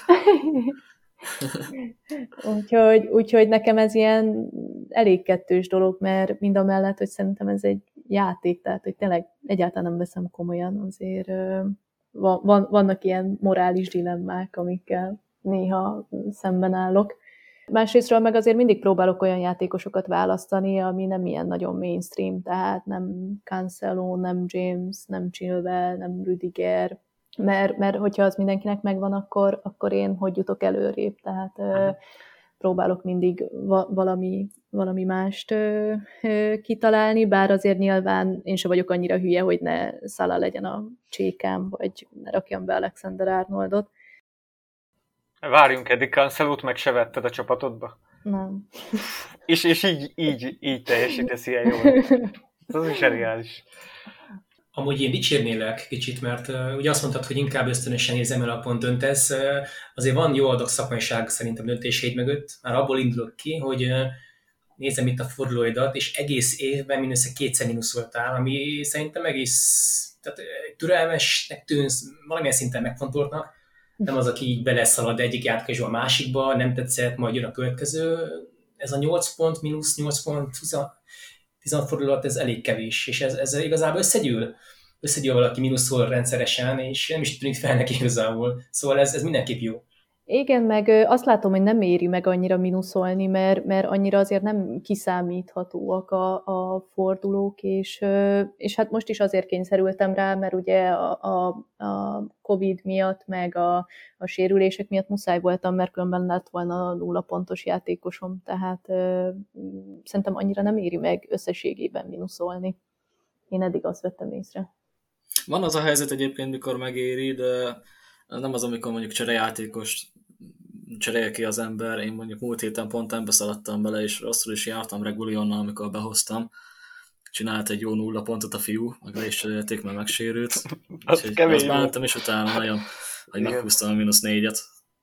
úgyhogy, úgyhogy nekem ez ilyen elég kettős dolog, mert mind a mellett, hogy szerintem ez egy játék, tehát hogy tényleg egyáltalán nem veszem komolyan, azért van, van, vannak ilyen morális dilemmák, amikkel néha szemben állok. Másrésztről meg azért mindig próbálok olyan játékosokat választani, ami nem ilyen nagyon mainstream, tehát nem Cancelo, nem James, nem Chilwell, nem Rüdiger, mert, mert hogyha az mindenkinek megvan, akkor, akkor én hogy jutok előrébb, tehát uh, próbálok mindig va- valami, valami mást uh, uh, kitalálni, bár azért nyilván én sem vagyok annyira hülye, hogy ne Salah legyen a csékám, vagy ne rakjam be Alexander Arnoldot. Várjunk, eddig Cancelót meg se vetted a csapatodba? Nem. És, és így, így, így teljesítesz ilyen jól. Ez is zseniális. Amúgy én dicsérnélek kicsit, mert uh, ugye azt mondtad, hogy inkább ösztönösen érzelmi alapon döntesz. Uh, azért van jó adag szakmaiság szerintem döntéseid mögött. Már abból indulok ki, hogy uh, nézem itt a fordulóidat, és egész évben mindössze kétszer mínuszoltál, ami szerintem egész tehát, uh, türelmesnek tűnsz, valamilyen szinten megfontoltnak. Nem az, aki így beleszalad egyik játékosba a másikba, nem tetszett, majd jön a következő. Ez a nyolc pont, mínusz nyolc pont, tíz fordulat, ez elég kevés, és ez, ez igazából összegyűl. Összegyűl valaki mínuszol rendszeresen, és nem is tűnik fel neki igazából. Szóval ez, ez mindenképp jó. Igen, meg azt látom, hogy nem éri meg annyira mínuszolni, mert, mert annyira azért nem kiszámíthatóak a, a fordulók, és, és hát most is azért kényszerültem rá, mert ugye a, a, a Covid miatt, meg a, a sérülések miatt muszáj voltam, mert különben lett volna nulla pontos játékosom, tehát szerintem annyira nem éri meg összességében mínuszolni. Én eddig azt vettem észre. Van az a helyzet egyébként, mikor megéri, de nem az, amikor mondjuk cserejátékos cserélje ki az ember. Én mondjuk múlt héten pont ebbe szaladtam bele, és rosszul is jártam Regulionnal, amikor behoztam. Csinált egy jó nulla pontot a fiú, meg le is cserélték, mert megsérült. Úgyhogy azt bántam, és utána nagyon, hogy meghúztam a mínusz négyet.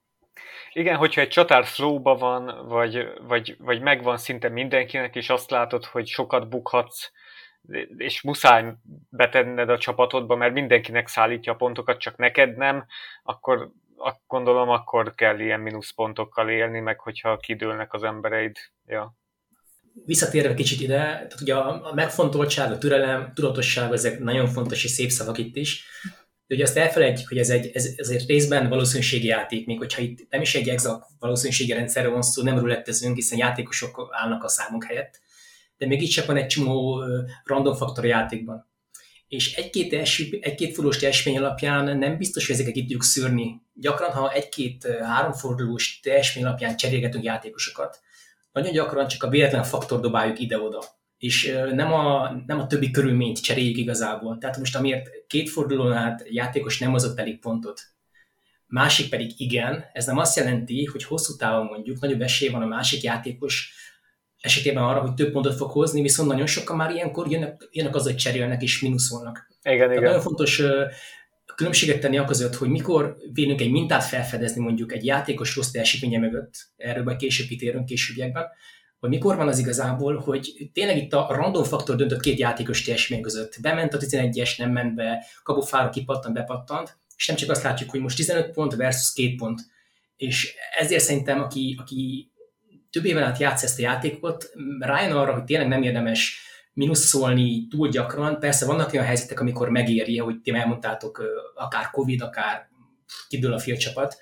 Igen, hogyha egy csatár flowba van, vagy, vagy, vagy megvan szinte mindenkinek, és azt látod, hogy sokat bukhatsz, és muszáj betenned a csapatodba, mert mindenkinek szállítja a pontokat, csak neked nem, akkor gondolom, akkor kell ilyen mínuszpontokkal élni, meg hogyha kidőlnek az embereid. Ja. Visszatérve kicsit ide, tehát ugye a megfontoltság, a türelem, tudatosság, ezek nagyon fontos és szép szavak itt is. De ugye azt elfelejtjük, hogy ez egy ez, ezért részben valószínűségi játék, még hogyha itt nem is egy exakt valószínűségi rendszerről van szó, nem rulettezünk, hiszen játékosok állnak a számunk helyett. De még itt csak van egy csomó random faktor a játékban. és egy-két, első, egy-két fordulós teljesítmény alapján nem biztos, hogy ezeket ki tudjuk szűrni. Gyakran, ha egy-két háromfordulós teljesítmény alapján cserélgetünk játékosokat, nagyon gyakran csak a véletlen faktor dobáljuk ide-oda, és nem a, nem a többi körülményt cseréljük igazából. Tehát most amiért két fordulón át játékos nem hozott elég pontot, másik pedig igen, ez nem azt jelenti, hogy hosszú távon mondjuk nagyobb esély van a másik játékos esetében arra, hogy több pontot fog hozni, viszont nagyon sokan már ilyenkor jönnek, jönnek az, hogy cserélnek és mínuszolnak. Igen, Tehát igen. nagyon fontos uh, különbséget tenni aközött, hogy mikor vélünk egy mintát felfedezni mondjuk egy játékos rossz teljesítménye mögött, erről majd később kitérünk későbbiekben, hogy mikor van az igazából, hogy tényleg itt a random faktor döntött két játékos teljesítmény között. Bement a tizenegyes, nem ment be, kapufára kipattant, bepattant, és nem csak azt látjuk, hogy most tizenöt pont versus két pont. És ezért szerintem, aki, aki több éven át játsz ezt a játékot, rájön arra, hogy tényleg nem érdemes mínuszolni túl gyakran. Persze vannak olyan helyzetek, amikor megéri, hogy ti elmondtátok, akár Covid, akár kidől a félcsapat,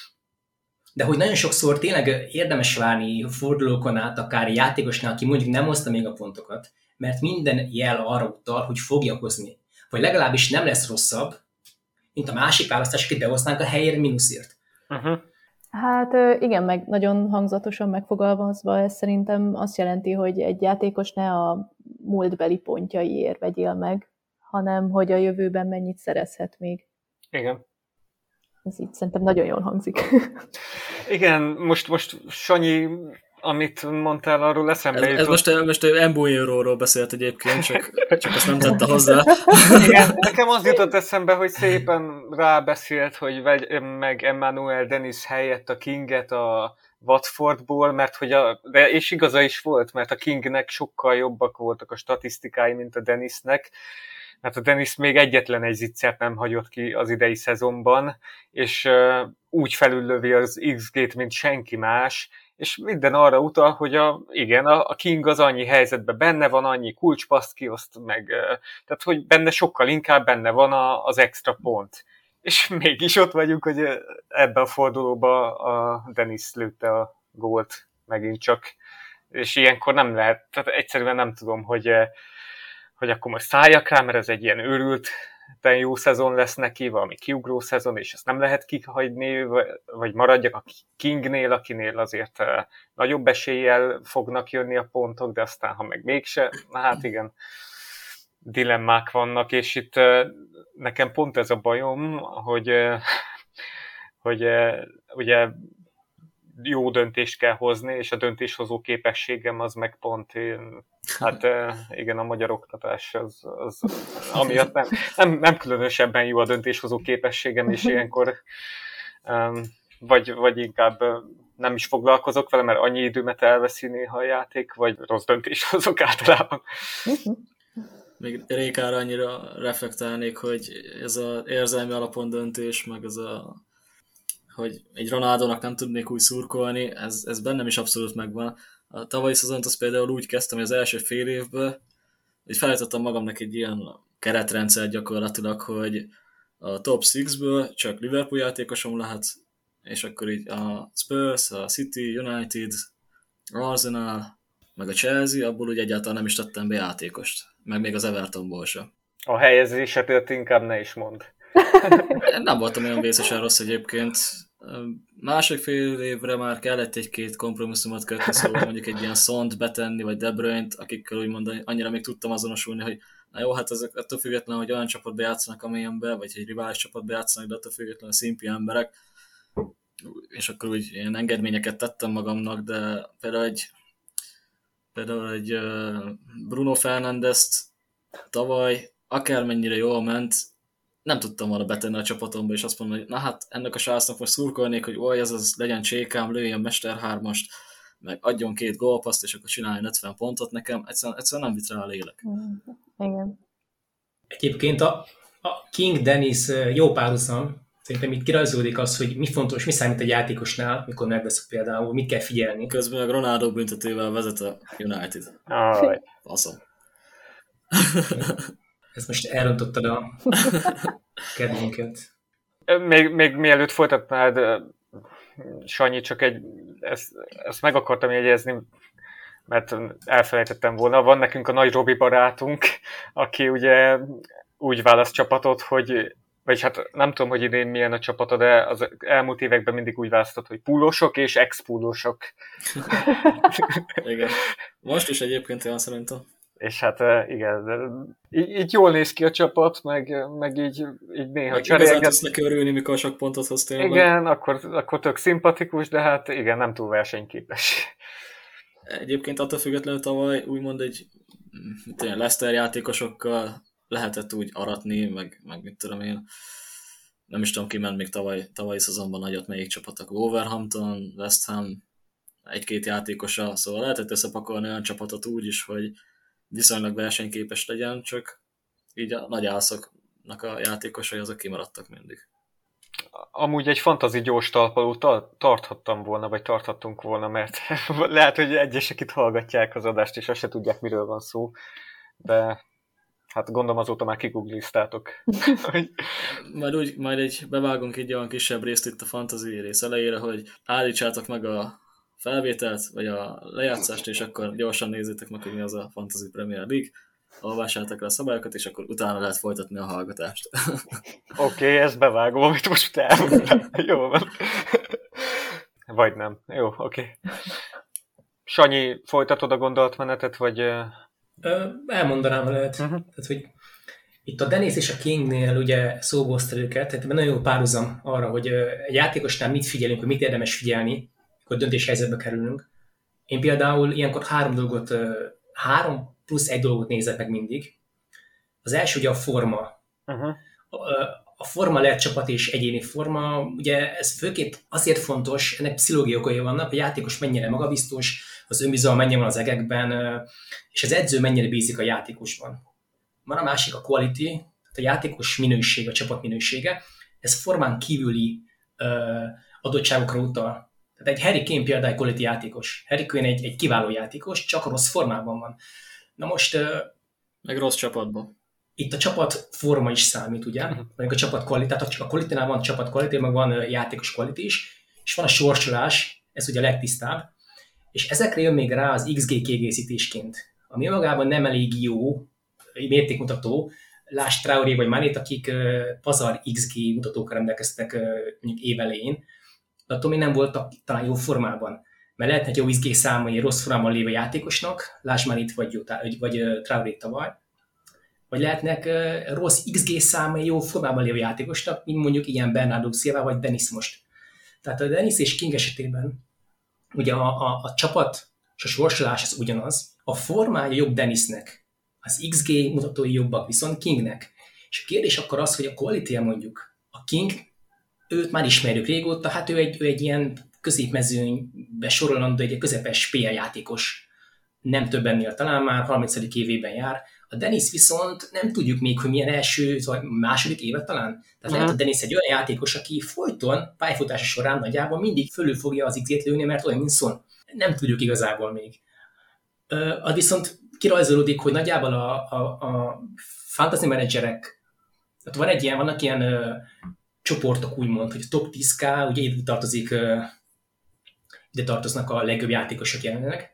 de hogy nagyon sokszor tényleg érdemes várni fordulókon át, akár játékosnál, aki mondjuk nem hozta még a pontokat, mert minden jel arra utal, hogy fogja hozni. Vagy legalábbis nem lesz rosszabb, mint a másik választás, akit behoznánk a helyére mínuszért. Uh-huh. Hát igen, meg nagyon hangzatosan megfogalmazva ez szerintem azt jelenti, hogy egy játékos ne a múltbeli pontjaiért vegyél meg, hanem hogy a jövőben mennyit szerezhet még. Igen. Ez így szerintem nagyon jól hangzik. Igen, most, most Sanyi, amit mondtál, arról eszembe ez, jutott. ez most, most Embujeuróról beszélt egyébként, csak, csak ezt nem tette hozzá. Igen, nekem az jutott eszembe, hogy szépen rábeszélt, hogy vegy meg Emmanuel Dennis helyett a Kinget a Watfordból, mert hogy a, de és igaza is volt, mert a Kingnek sokkal jobbak voltak a statisztikái, mint a Dennisnek, mert a Dennis még egyetlen egy zicsert nem hagyott ki az idei szezonban, és uh, úgy felüllövi az iksz gét, mint senki más, és minden arra utal, hogy a, igen, a, a King az annyi helyzetben benne van, annyi kulcspaszt kioszt meg, uh, tehát hogy benne sokkal inkább benne van a, az extra pont. És mégis ott vagyunk, hogy ebbe a fordulóba a Dennis lőtte a gólt megint csak, és ilyenkor nem lehet, tehát egyszerűen nem tudom, hogy hogy akkor most szálljak rá, mert ez egy ilyen őrült, de jó szezon lesz neki, valami kiugró szezon, és ezt nem lehet kihagyni, vagy maradjak a Kingnél, akinél azért nagyobb eséllyel fognak jönni a pontok, de aztán, ha meg mégse, na hát igen, dilemmák vannak, és itt nekem pont ez a bajom, hogy, hogy ugye jó döntést kell hozni, és a döntéshozó képességem az meg pont, én, hát igen, a magyar oktatás az, az amiatt nem, nem, nem különösebben jó a döntéshozó képességem, és ilyenkor um, vagy, vagy inkább nem is foglalkozok vele, mert annyi időmet elveszi néha a játék, vagy rossz döntéshozók általában. Még Rékára annyira reflektálnék, hogy ez az érzelmi alapon döntés, meg ez a hogy egy Ronaldónak nem tudnék úgy szurkolni, ez, ez bennem is abszolút megvan. A tavalyi szezont azt például úgy kezdtem, hogy az első fél évből, hogy felállítottam magamnak egy ilyen keretrendszer gyakorlatilag, hogy a top hatból csak Liverpool játékosom lehet, és akkor így a Spurs, a City, United, Arsenal, meg a Chelsea, abból úgy egyáltalán nem is tettem be játékost, meg még az Evertonból sem. A helyezésetért inkább ne is mondd. Nem voltam olyan vészesen rossz egyébként. Másik fél évre már kellett egy-két kompromisszumot kötni, szóval mondjuk egy ilyen Sont betenni, vagy De Bruyne-t, akikkel úgymond annyira még tudtam azonosulni, hogy na jó, hát ezek attól függetlenül, hogy olyan csapatba játszanak, amilyenbe, vagy egy rivális csapatba játszanak, de attól függetlenül szimpi emberek. És akkor úgy ilyen engedményeket tettem magamnak, de például egy, például egy Bruno Fernandezt tavaly akármennyire jól ment, nem tudtam volna betenni a csapatomba, és azt mondom, hogy na hát ennek a srácnak most szurkolnék, hogy oly, ez az legyen csékám, lőjön mesterhármast, meg adjon két gólpaszt, és akkor csináljon ötven pontot nekem, egyszerűen, egyszerűen nem vitt rá a lélek. Igen. Egyébként a, a King Dennis jó párhuzam, szerintem itt kirajzódik az, hogy mi fontos, mi számít egy játékosnál, mikor megveszünk például, mit kell figyelni. Közben a Ronaldo büntetővel vezet a United. Aj. Faszom. Ez most elrontottad a kedvünket. Még, még mielőtt folytatnád, Sanyi, csak egy, ezt, ezt meg akartam jegyezni, mert elfelejtettem volna. Van nekünk a nagy Robi barátunk, aki ugye úgy választ csapatot, hogy vagy hát nem tudom, hogy idén milyen a csapata, de az elmúlt években mindig úgy választott, hogy púlósok és ex-púlósok. Igen. Most is egyébként olyan szerintem. És hát igen, így, így jól néz ki a csapat, meg, meg így, így néha cserélget. Igazán tudsz neki örülni, mikor sok pontot hoz tényleg. Igen, akkor, akkor tök szimpatikus, de hát igen, nem túl versenyképes. Egyébként attól függetlenül tavaly úgymond egy Leicester játékosokkal lehetett úgy aratni, meg, meg mit tudom én. Nem is tudom, ki ment még tavaly, tavalyi szezonban nagyot, melyik csapatok. Wolverhampton, West Ham, egy-két játékosa, szóval lehetett összepakolni olyan csapatot úgy is, hogy viszonylag versenyképes legyen, csak így a nagy ászoknak a játékosai azok kimaradtak mindig. Amúgy egy fantazi gyors talpalót tarthattam volna, vagy tarthattunk volna, mert lehet, hogy egyesek itt hallgatják az adást, és azt se tudják, miről van szó, de hát gondolom azóta már kigugliztátok. majd, úgy, majd egy, bevágunk egy olyan kisebb részt itt a fantasy rész elejére, hogy állítsátok meg a felvételt, vagy a lejátszást, és akkor gyorsan nézzétek meg, hogy mi az a Fantasy Premier League, olvassátok le a szabályokat, és akkor utána lehet folytatni a hallgatást. Oké, okay, ezt bevágom, amit most elmondtam. Jó van. Vagy nem. Jó, oké. Okay. Sanyi, folytatod a gondolatmenetet, vagy... Ö, elmondanám, lehet. Uh-huh. Tehát, hogy itt a Dennis és a Kingnél ugye szóba hoztad őket, tehát nagyon jó párhuzam arra, hogy egy játékosnál mit figyelünk, hogy mit érdemes figyelni, akkor döntéshelyzetbe kerülünk. Én például ilyenkor három dolgot, három plusz egy dolgot nézek meg mindig. Az első ugye a forma. Uh-huh. A forma lehet csapat és egyéni forma. Ugye ez főképp azért fontos, ennek pszichológiai okai vannak, a játékos mennyire magabiztos, az önbizalom mennyire van az egekben, és az edző mennyire bízik a játékosban. Van a másik a quality, tehát a játékos minősége, a csapat minősége. Ez formán kívüli adottságokra utal. Tehát egy Harry Kane például egy quality játékos. Harry Kane egy, egy kiváló játékos, csak rossz formában van. Na most... Meg rossz csapatban. Itt a csapat forma is számít, ugye? Uh-huh. Meg a csapat quality, tehát a quality-nál van csapat quality, meg van játékos quality is, és van a sorsolás, ez ugye a legtisztább, és ezekre jön még rá az iksz gé kiegészítésként, ami magában nem elég jó mértékmutató, lásd Traoré vagy Manét, akik pazar iksz gé mutatókkal rendelkeztek mondjuk évelején, de attól még nem voltak talán jó formában. Mert lehetnek jó iksz gé számai rossz formában lévő játékosnak, lásd Manét vagy, vagy Traoré tavaly, vagy lehetnek rossz iksz gé számai jó formában lévő játékosnak, mint mondjuk ilyen Bernardo Silva vagy Dennis most. Tehát a Dennis és King esetében ugye a, a, a csapat és a sorsolás az ugyanaz, a formája jobb Dennisnek, az iksz gé mutatói jobbak viszont Kingnek. És a kérdés akkor az, hogy a quality-e mondjuk. A King, őt már ismerjük régóta, hát ő egy, ő egy ilyen középmezőnybe sorolandó, egy közepes pé el játékos. Nem több ennél, talán már harmincadik évében jár. A Dennis viszont nem tudjuk még, hogy milyen első, vagy második évet talán. Tehát uh-huh. lehet a Dennis egy olyan játékos, aki folyton pályafutása során nagyjából mindig fölül fogja az iksz gét lőni, mert olyan, mint Son. Nem tudjuk igazából még. Uh, az viszont kirajzolódik, hogy nagyjából a, a, a fantasy menedzserek, tehát van egy ilyen, vannak ilyen uh, csoportok úgymond, hogy a top tíz ká, ugye ide tartozik, uh, ide tartoznak a legjobb játékosok jelenleg,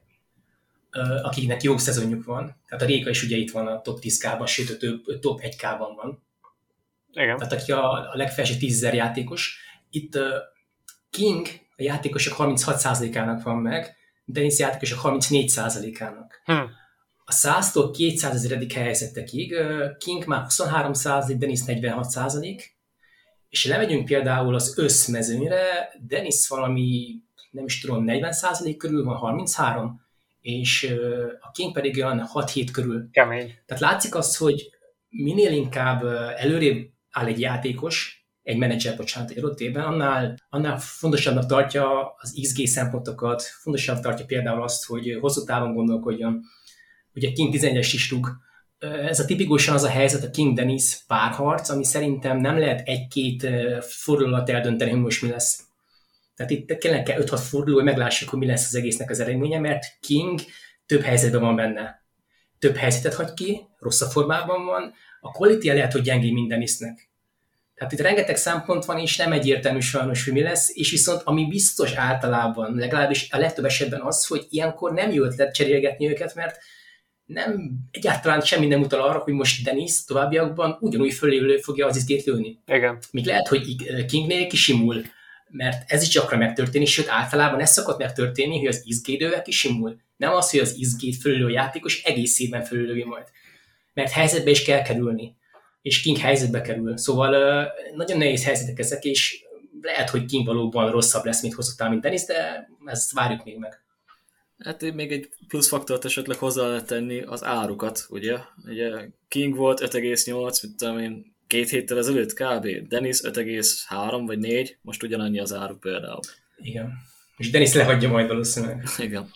Uh, akiknek jó szezonjuk van. Tehát a Réka is ugye itt van a top tíz ká-ban, sőt a több, top egy ká-ban van. Igen. Tehát aki a, a legfelső tízezer játékos. Itt uh, King a játékosok harminchat százalékának van meg, Dennis játékosok harmincnégy százalékának. Hm. A száztól kétszázezeredik helyzetekig uh, King már huszonhárom százalék, Dennis negyvenhat százalék, és lemegyünk például az összmezőnyre, Dennis valami, nem is tudom, negyven százalék körül van, harminchárom, és a King pedig olyan hat-hét körül. Kemény. Tehát látszik az, hogy minél inkább előrébb áll egy játékos, egy menedzser, bocsánat, egy adott évben, annál, annál fontosabbnak tartja az iksz gé szempontokat, fontosabbnak tartja például azt, hogy hosszú távon gondolkodjon. Ugye King tizenegyes is rúg. Ez a tipikusan az a helyzet, a King-Dennis párharc, ami szerintem nem lehet egy-két fordulat eldönteni, hogy most mi lesz. Tehát itt kellene kell öt-hat forduló, hogy meglássuk, hogy mi lesz az egésznek az eredménye, mert King több helyzetben van benne. Több helyzetet hagy ki, rosszabb formában van, a quality-e lehet, hogy gyengé mint Dennisnek. Tehát itt rengeteg szempont van, és nem egyértelmű sajnos, hogy mi lesz, és viszont ami biztos általában, legalábbis a legtöbb esetben az, hogy ilyenkor nem jó ötlet cserélgetni őket, mert nem, egyáltalán semmi nem utal arra, hogy most Dennis továbbiakban ugyanúgy fölé fogja az izgét lőni. Igen. Míg lehet, hogy Kingnél kisimul, mert ez is gyakran megtörténik, sőt általában ez szokott megtörténni, hogy az izgédővel kisimul. Nem az, hogy az izgét fölülő a játékos egészében fölülői majd. Mert helyzetbe is kell kerülni. És King helyzetbe kerül. Szóval nagyon nehéz helyzetek ezek, és lehet, hogy King valóban rosszabb lesz, mint hozottál, mint Dennis, de ezt várjuk még meg. Hát még egy plusz faktort esetleg hozzá lehet tenni, az árukat, ugye? Ugye King volt öt egész nyolc, mit tudom én, két héttel ezelőtt kb. Dennis öt egész három vagy négy, most ugyanannyi az áru például. Igen. És Dennis lehagyja majd valószínűleg. Igen.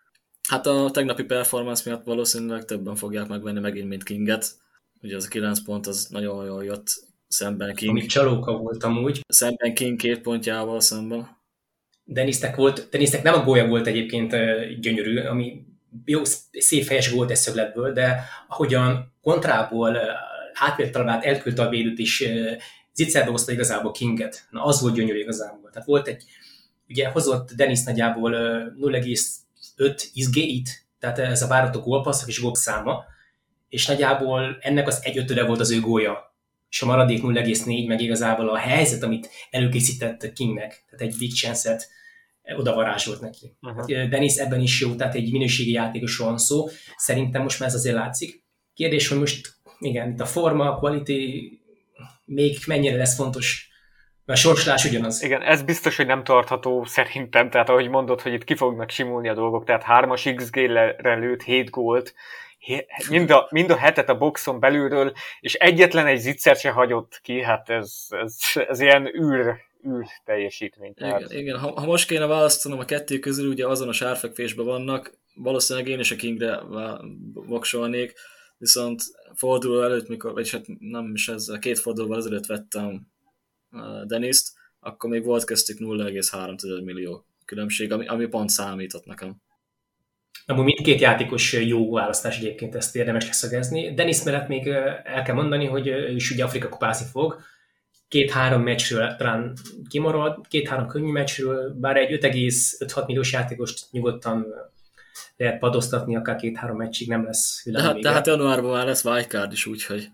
Hát a tegnapi performance miatt valószínűleg többen fogják megvenni megint, mint Kinget. Ugye az a kilenc pont az nagyon jól jött szemben King. Ami csalóka volt amúgy. Szemben King két pontjával szemben. Dennisnek volt, Dennisnek nem a gólya volt egyébként gyönyörű, ami jó, szép fejes gólt egy szögletből, de ahogyan kontrából hátvédtalabát elküldte a védőt és zicserbe hozta igazából Kinget. Na, az volt gyönyörű igazából. Tehát volt egy, ugye hozott Dennis nagyjából nulla egész öt izgéit, tehát ez a várható gólpasszak és gólszáma, és nagyjából ennek az egy ötöde volt az ő gólya. És a maradék nulla egész négy meg igazából a helyzet, amit előkészített Kingnek, tehát egy big chance-et oda varázsolt neki. Uh-huh. Dennis ebben is jó, tehát egy minőségi játékosról van szó. Szerintem most már ez azért látszik. Kérdés, hogy most igen, itt a forma, a quality még mennyire lesz fontos, mert a sorsolás ugyanaz. Igen, ez biztos, hogy nem tartható szerintem, tehát ahogy mondod, hogy itt ki fognak simulni a dolgok, tehát hármas iksz gé-re lőtt hét gólt, mind a, mind a hetet a boxon belülről, és egyetlen egy zicsert se hagyott ki, hát ez, ez, ez ilyen űr, űr teljesítmény. Igen, igen. Ha, ha most kéne választanom a kettő közül, ugye azonos árfekvésben vannak, valószínűleg én is a Kingre voksolnék, viszont forduló előtt, mikor, vagy hát nem is ez, két fordulóval ezelőtt vettem Dennis-t, akkor még volt köztük nulla egész három millió különbség, ami, ami pont számított nekem. Amúgy mindkét játékos jó választás egyébként, ezt érdemes leszögezni. Dennis mellett még el kell mondani, hogy ő is ugye Afrika kupázni fog. Két-három meccsről talán kimarad, két-három könnyű meccsről, bár egy öt egész öt-hat milliós játékost nyugodtan lehet padoztatni, akár két-három meccsig nem lesz világvége. Tehát januárban már lesz wildcard is, úgyhogy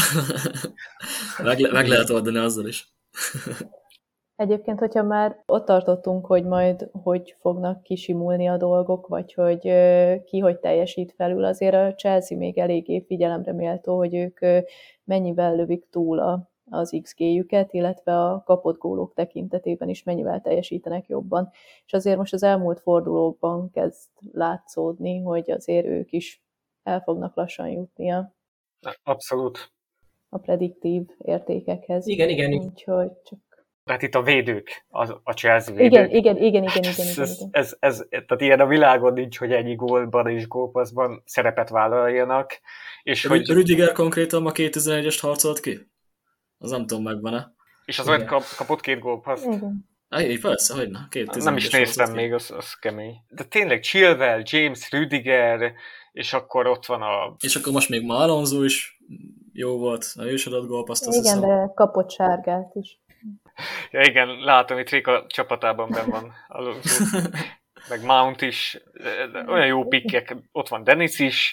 meg, le, meg lehet oldani azzal is. Egyébként, hogyha már ott tartottunk, hogy majd hogy fognak kisimulni a dolgok, vagy hogy ki hogy teljesít felül, azért a Chelsea még eléggé figyelemre méltó, hogy ők mennyivel lövik túl a, az iksz gé-jüket, illetve a kapott gólok tekintetében is mennyivel teljesítenek jobban. És azért most az elmúlt fordulókban kezd látszódni, hogy azért ők is el fognak lassan jutni a, Abszolút. a prediktív értékekhez. Igen, igen. Úgyhogy csak Hát itt a védők, az, a Chelsea védők. Igen, igen, igen, igen, igen, igen. Ez, ez, ez, tehát ilyen a világon nincs, hogy ennyi gólban és gólpasszban szerepet vállaljanak. És Rü- hogy... Rüdiger konkrétan ma kétezer-egyest harcolt ki? Az nem tudom, megvan-e. És az olyan kap, kapott két gólpaszt. Igen. Aí, persze, hogyne. Nem is néztem még, az, az kemény. De tényleg Chilwell, James, Rüdiger, és akkor ott van a... És akkor most még ma Alonso is jó volt, ő is adott gólpaszt, azt Igen, hiszem. de kapott sárgát is. Ja igen, látom, itt Réka csapatában benn van Alonso. Meg Mount is. Olyan jó pikkek. Ott van Dennis is.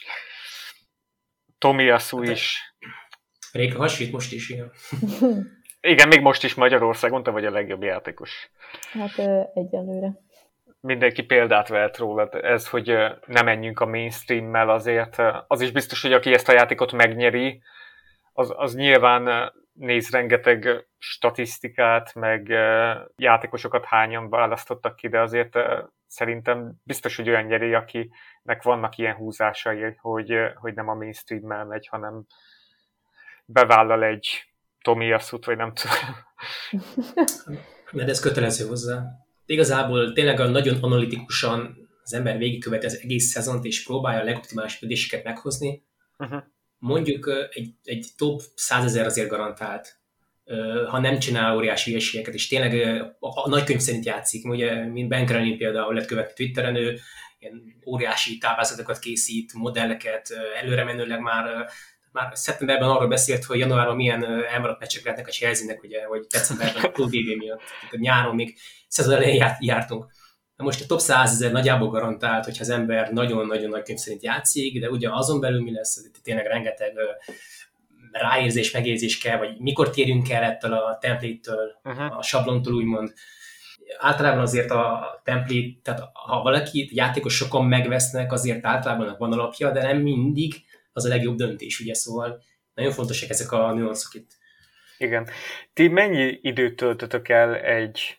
Tomiyasu is. Réka hasonlít most is, igen. Igen, még most is Magyarországon, te vagy a legjobb játékos. Hát egyelőre. Mindenki példát vehet rólad. Ez, hogy ne menjünk a mainstreammel azért. Az is biztos, hogy aki ezt a játékot megnyeri, az, az nyilván néz rengeteg statisztikát, meg játékosokat hányan választottak ki, de azért szerintem biztos, hogy olyan nyeri, akinek vannak ilyen húzásai, hogy, hogy nem a mainstreammel megy, hanem bevállal egy Tomiyasut, vagy nem tudom. Mert ez kötelező hozzá. Igazából tényleg nagyon analitikusan az ember végigköveti az egész szezont, és próbálja a legoptimális döntéseket meghozni. Uh-huh. Mondjuk egy, egy top százezer azért garantált, ha nem csinál óriási hülyeségeket, és tényleg a, a nagykönyv szerint játszik, ugye, mint Ben Crane például lehet követni Twitteren, ő ilyen óriási táblázatokat készít, modelleket, előre menőleg már, már szeptemberben arról beszélt, hogy januárban milyen elmaradt meccsek lehetnek a Chelsea-nek, ugye, hogy decemberben a Pro té vé miatt, tehát nyáron még szezon elején járt, jártunk. Na most a top százezer nagyjából garantált, hogyha az ember nagyon-nagyon nagy könyv szerint játszik, de ugye azon belül mi lesz, hogy tényleg rengeteg ráérzés, megérzés kell, vagy mikor térjünk el ettől a template-től, uh-huh. a sablontól úgymond. Általában azért a template, tehát ha valaki játékos sokan megvesznek, azért általában van alapja, de nem mindig az a legjobb döntés, ugye, szóval nagyon fontosak ezek a nüanszok itt. Igen. Ti mennyi időt töltötök el egy,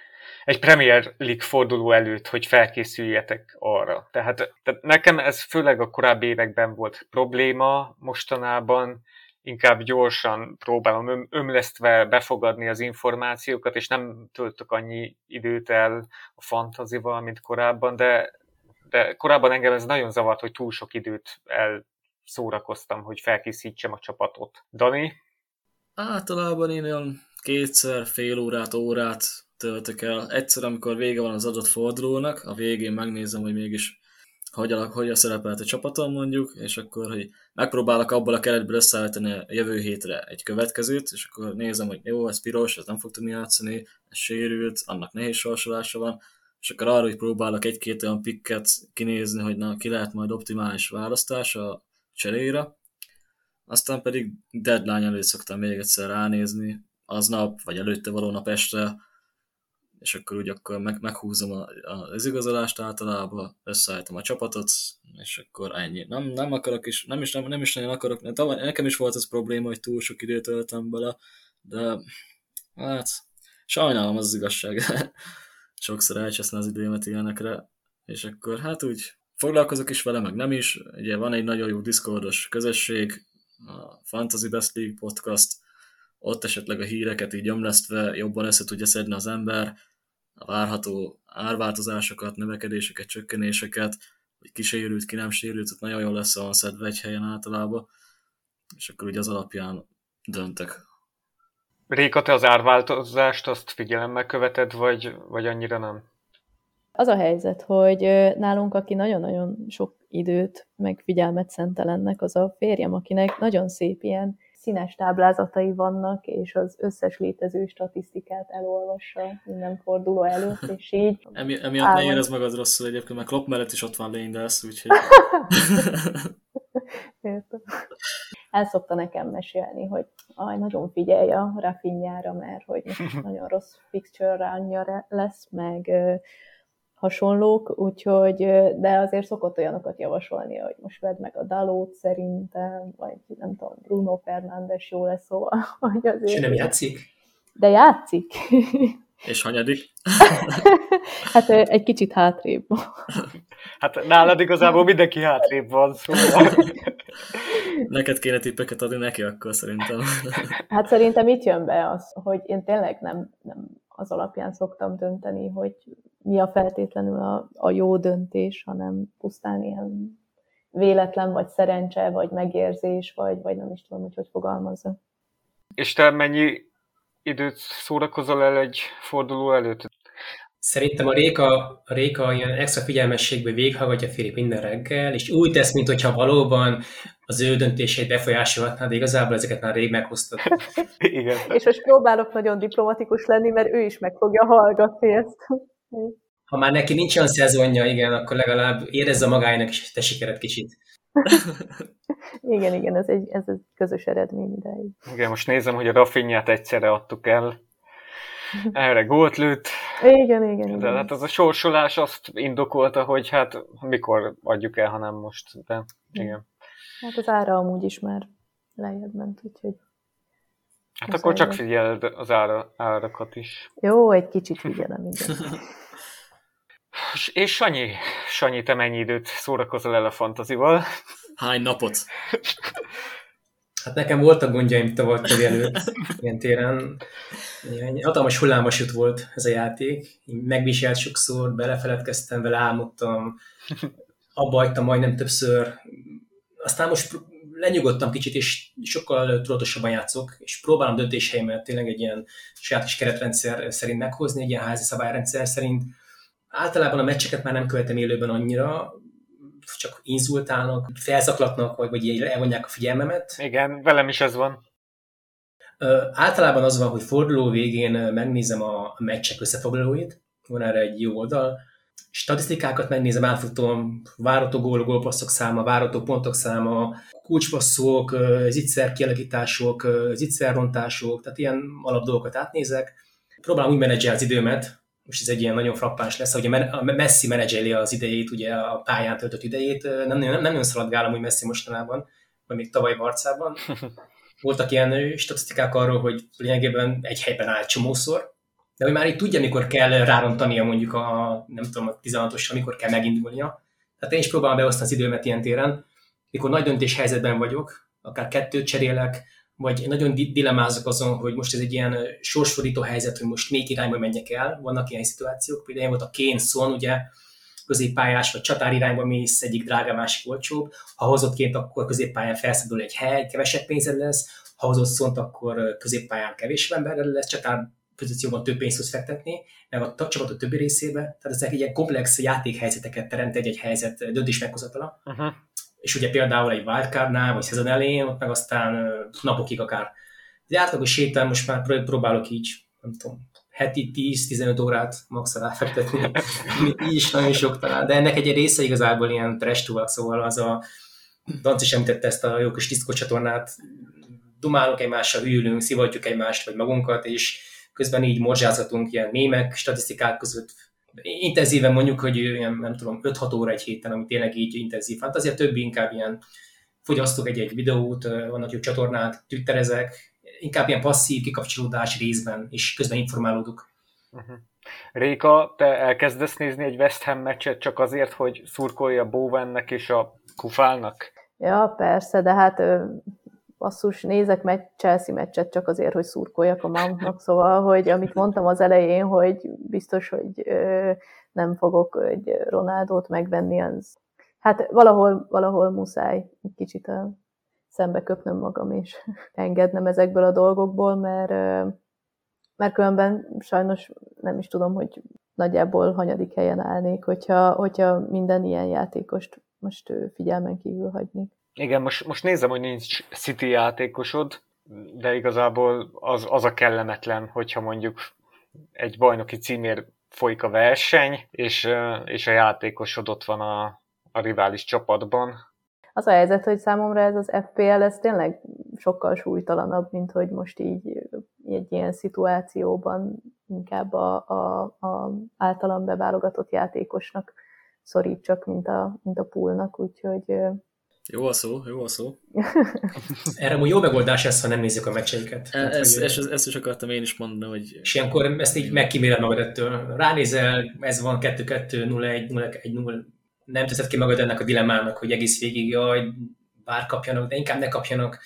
egy Premier League forduló előtt, hogy felkészüljetek arra? Tehát, tehát nekem ez főleg a korábbi években volt probléma, mostanában inkább gyorsan próbálom ömlesztve befogadni az információkat, és nem töltök annyi időt el a fantazival, mint korábban, de, de korábban engem ez nagyon zavart, hogy túl sok időt elszórakoztam, hogy felkészítsem a csapatot. Dani? Általában én olyan kétszer, fél órát, órát töltök el. Egyszer, amikor vége van az adott fordulónak, a végén megnézem, hogy mégis hogy a, hogy a szerepelt a csapatom mondjuk, és akkor hogy megpróbálok abból a keretből összeállítani a jövő hétre egy következőt, és akkor nézem, hogy jó, ez piros, ez nem fog tudni játszani, ez sérült, annak nehéz sorsolása van, és akkor arra, hogy próbálok egy-két olyan pikket kinézni, hogy na, ki lehet majd optimális választás a cserére. Aztán pedig deadline előtt szoktam még egyszer ránézni, aznap, vagy előtte való nap este, és akkor úgy akkor meg, meghúzom a, a, az igazolást általában, összeállítom a csapatot, és akkor ennyi. Nem, nem akarok is, nem is, nem, nem is nagyon akarok, nekem is volt ez probléma, hogy túl sok időt töltem bele, de hát sajnálom, az, az igazság. Sokszor elcseszni az időmet ilyenekre, és akkor hát úgy foglalkozok is vele, meg nem is. Ugye van egy nagyon jó Discordos közösség, a Fantasy Best League Podcast, ott esetleg a híreket így ömlesztve jobban össze tudja szedni az ember, a várható árváltozásokat, növekedéseket, csökkenéseket, hogy ki sérült, ki nem sérült, ott nagyon jól lesz a szedve egy helyen általában, és akkor ugye az alapján döntek. Réka, te az árváltozást azt figyelemmel követed, vagy, vagy annyira nem? Az a helyzet, hogy nálunk, aki nagyon-nagyon sok időt, meg figyelmet szentel ennek, az a férjem, akinek nagyon szép ilyen színes táblázatai vannak, és az összes létező statisztikát elolvassa minden forduló előtt, és így... Emi, emiatt ne érezd magad rosszul egyébként, mert Klopp mellett is ott van Leindelsz, úgyhogy... Értem. El szokta nekem mesélni, hogy aj, nagyon figyelj a Rafinhára, mert hogy nagyon rossz fixture ránja lesz, meg hasonlók, úgyhogy, de azért szokott olyanokat javasolni, hogy most vedd meg a Dalót szerintem, vagy nem tudom, Bruno Fernandes jó lesz, szóval, hogy azért... És nem játszik? De játszik. És hanyadik? Hát egy kicsit hátrébb. Hát nálad igazából mindenki hátrébb van, szóval... Neked kéne tippeket adni neki akkor szerintem. Hát szerintem itt jön be az, hogy én tényleg nem, nem az alapján szoktam dönteni, hogy mi a feltétlenül a, a jó döntés, hanem pusztán ilyen véletlen, vagy szerencse, vagy megérzés, vagy, vagy nem is tudom, hogy hogy fogalmazza. És te mennyi időt szórakozol el egy forduló előtt? Szerintem a Réka, a Réka ilyen extra figyelmességből végighallgatja Filip minden reggel, és úgy tesz, mintha valóban az ő döntéseit befolyásolhatná, de igazából ezeket már rég meghoztad. Igen. És most próbálok nagyon diplomatikus lenni, mert ő is meg fogja hallgatni ezt. Ha már neki nincs olyan szezonja, igen, akkor legalább érezze magának is te sikeret kicsit. Igen, igen, ez egy, ez egy közös eredmény ideig. Igen, most nézem, hogy a Rafinhát egyszerre adtuk el. Erre gólt lőtt. Igen, igen, igen. De hát az a sorsolás azt indokolta, hogy hát mikor adjuk el, ha nem most. De igen. Hát az ára amúgy is már lejjebb ment, úgyhogy... Hát akkor csak figyeld az ára, árakat is. Jó, egy kicsit figyelem, igen. És Sanyi, Sanyi, te mennyi időt szórakozol el a fantazival? Hány napot? Hát nekem voltak gondjaim tavaly előtt ilyen téren. Ilyen hatalmas hullámvasút volt ez a játék. Én megviselt sokszor, belefeledkeztem vele, álmodtam, abba hagytam majdnem többször. Aztán most lenyugodtam kicsit, és sokkal tudatosabban játszok, és próbálom döntéshelyemmel tényleg egy ilyen sajátos keretrendszer szerint meghozni, egy ilyen házi szabályrendszer szerint. Általában a meccseket már nem követem élőben annyira, csak inzultálnak, felzaklatnak, vagy, vagy elvonják a figyelmemet. Igen, velem is ez van. Ö, általában az van, hogy forduló végén megnézem a meccsek összefoglalóit, van erre egy jó oldal, statisztikákat megnézem, átfutom, várható gól, gólpasszok száma, várható pontok száma, kulcspasszok, zicser kialakítások, zicserrontások, tehát ilyen alap dolgokat átnézek. Próbálom úgy menedzselni az időmet, most ez egy ilyen nagyon frappáns lesz, hogy a Messi menedzseli az idejét, ugye a pályán töltött idejét, nem, nem, nem nagyon szaladgálom, hogy Messi mostanában, vagy még tavaly Barcában. Voltak ilyen statisztikák arról, hogy lényegében egy helyben áll csomószor, de hogy már így tudja, mikor kell rárontania mondjuk a, nem tudom, a tizenhatosra, mikor kell megindulnia. Tehát én is próbálom beosztani az időmet ilyen téren, mikor nagy döntés helyzetben vagyok, akár kettőt cserélek, vagy nagyon dilemmázok azon, hogy most ez egy ilyen sorsfordító helyzet, hogy most még irányba menjek el, vannak ilyen szituációk, például volt a Kane Son, ugye középpályás vagy csatár irányba mész, egyik drága, másik olcsóbb, ha hozott Kane-t, akkor középpályán felszabadul egy hely, kevesebb pénzed lesz, ha hozott Sont, akkor középpályán kevés emberrel lesz, csatár pozícióban több pénzt tudsz fektetni, meg a csapat a többi részébe, tehát ezek ilyen komplex játékhelyzeteket teremt egy-egy helyzet döntés meghozatala. Uh-huh. És ugye például egy wildcardnál, vagy szezon elején, ott meg aztán napokig akár. De átlagos sétán most már próbálok így, nem tudom, heti tíz-tizenöt órát maxra ráfektetni. Így is nagyon sok talán, de ennek egy része igazából ilyen trash talk, szóval az a Danci sem említette ezt a jó kis diszkó csatornát, dumálunk egymással, hűlünk, szivatjuk egymást, vagy magunkat, és közben így morzsázhatunk ilyen mémek, statisztikák között. Intenzíven mondjuk, hogy ilyen, nem tudom, öt-hat óra egy héten, ami tényleg így intenzív. Hát azért többi inkább ilyen fogyasztok egy-egy videót, vannak jó csatornák, twitterezek, inkább ilyen passzív kikapcsolódás részben, és közben informálódok. Uh-huh. Réka, te elkezdesz nézni egy West Ham meccset csak azért, hogy szurkolj a Bowennek és a Kufálnak? Ja, persze, de hát basszus, nézek meccs, Chelsea meccset csak azért, hogy szurkoljak a Mountnak, szóval, hogy amit mondtam az elején, hogy biztos, hogy ö, nem fogok egy Ronaldót megvenni, az hát valahol, valahol muszáj egy kicsit a szembe köpnöm magam, és engednem ezekből a dolgokból, mert, ö, mert különben sajnos nem is tudom, hogy nagyjából hanyadik helyen állnék, hogyha, hogyha minden ilyen játékost most figyelmen kívül hagynék. Igen, most, most nézem, hogy nincs City játékosod, de igazából az, az a kellemetlen, hogyha mondjuk egy bajnoki címért folyik a verseny, és, és a játékosod ott van a, a rivális csapatban. Az a helyzet, hogy számomra ez az ef pé el, ez tényleg sokkal súlytalanabb, mint hogy most így egy ilyen szituációban inkább a, a, a általam beválogatott játékosnak szorítsak, mint a, mint a poolnak, úgyhogy... Jó a szó, jó a szó. Erre amúgy jó megoldás lesz, ha nem nézzük a meccseiket. E, ezt, ezt, ezt is akartam én is mondani, hogy... És ilyenkor ezt így megkíméled magad ettől. Ránézel, ez van kettő kettő nulla egy nulla egy nulla. Nem teszed ki magad ennek a dilemmának, hogy egész végig, jaj, bár kapjanak, de inkább ne kapjanak.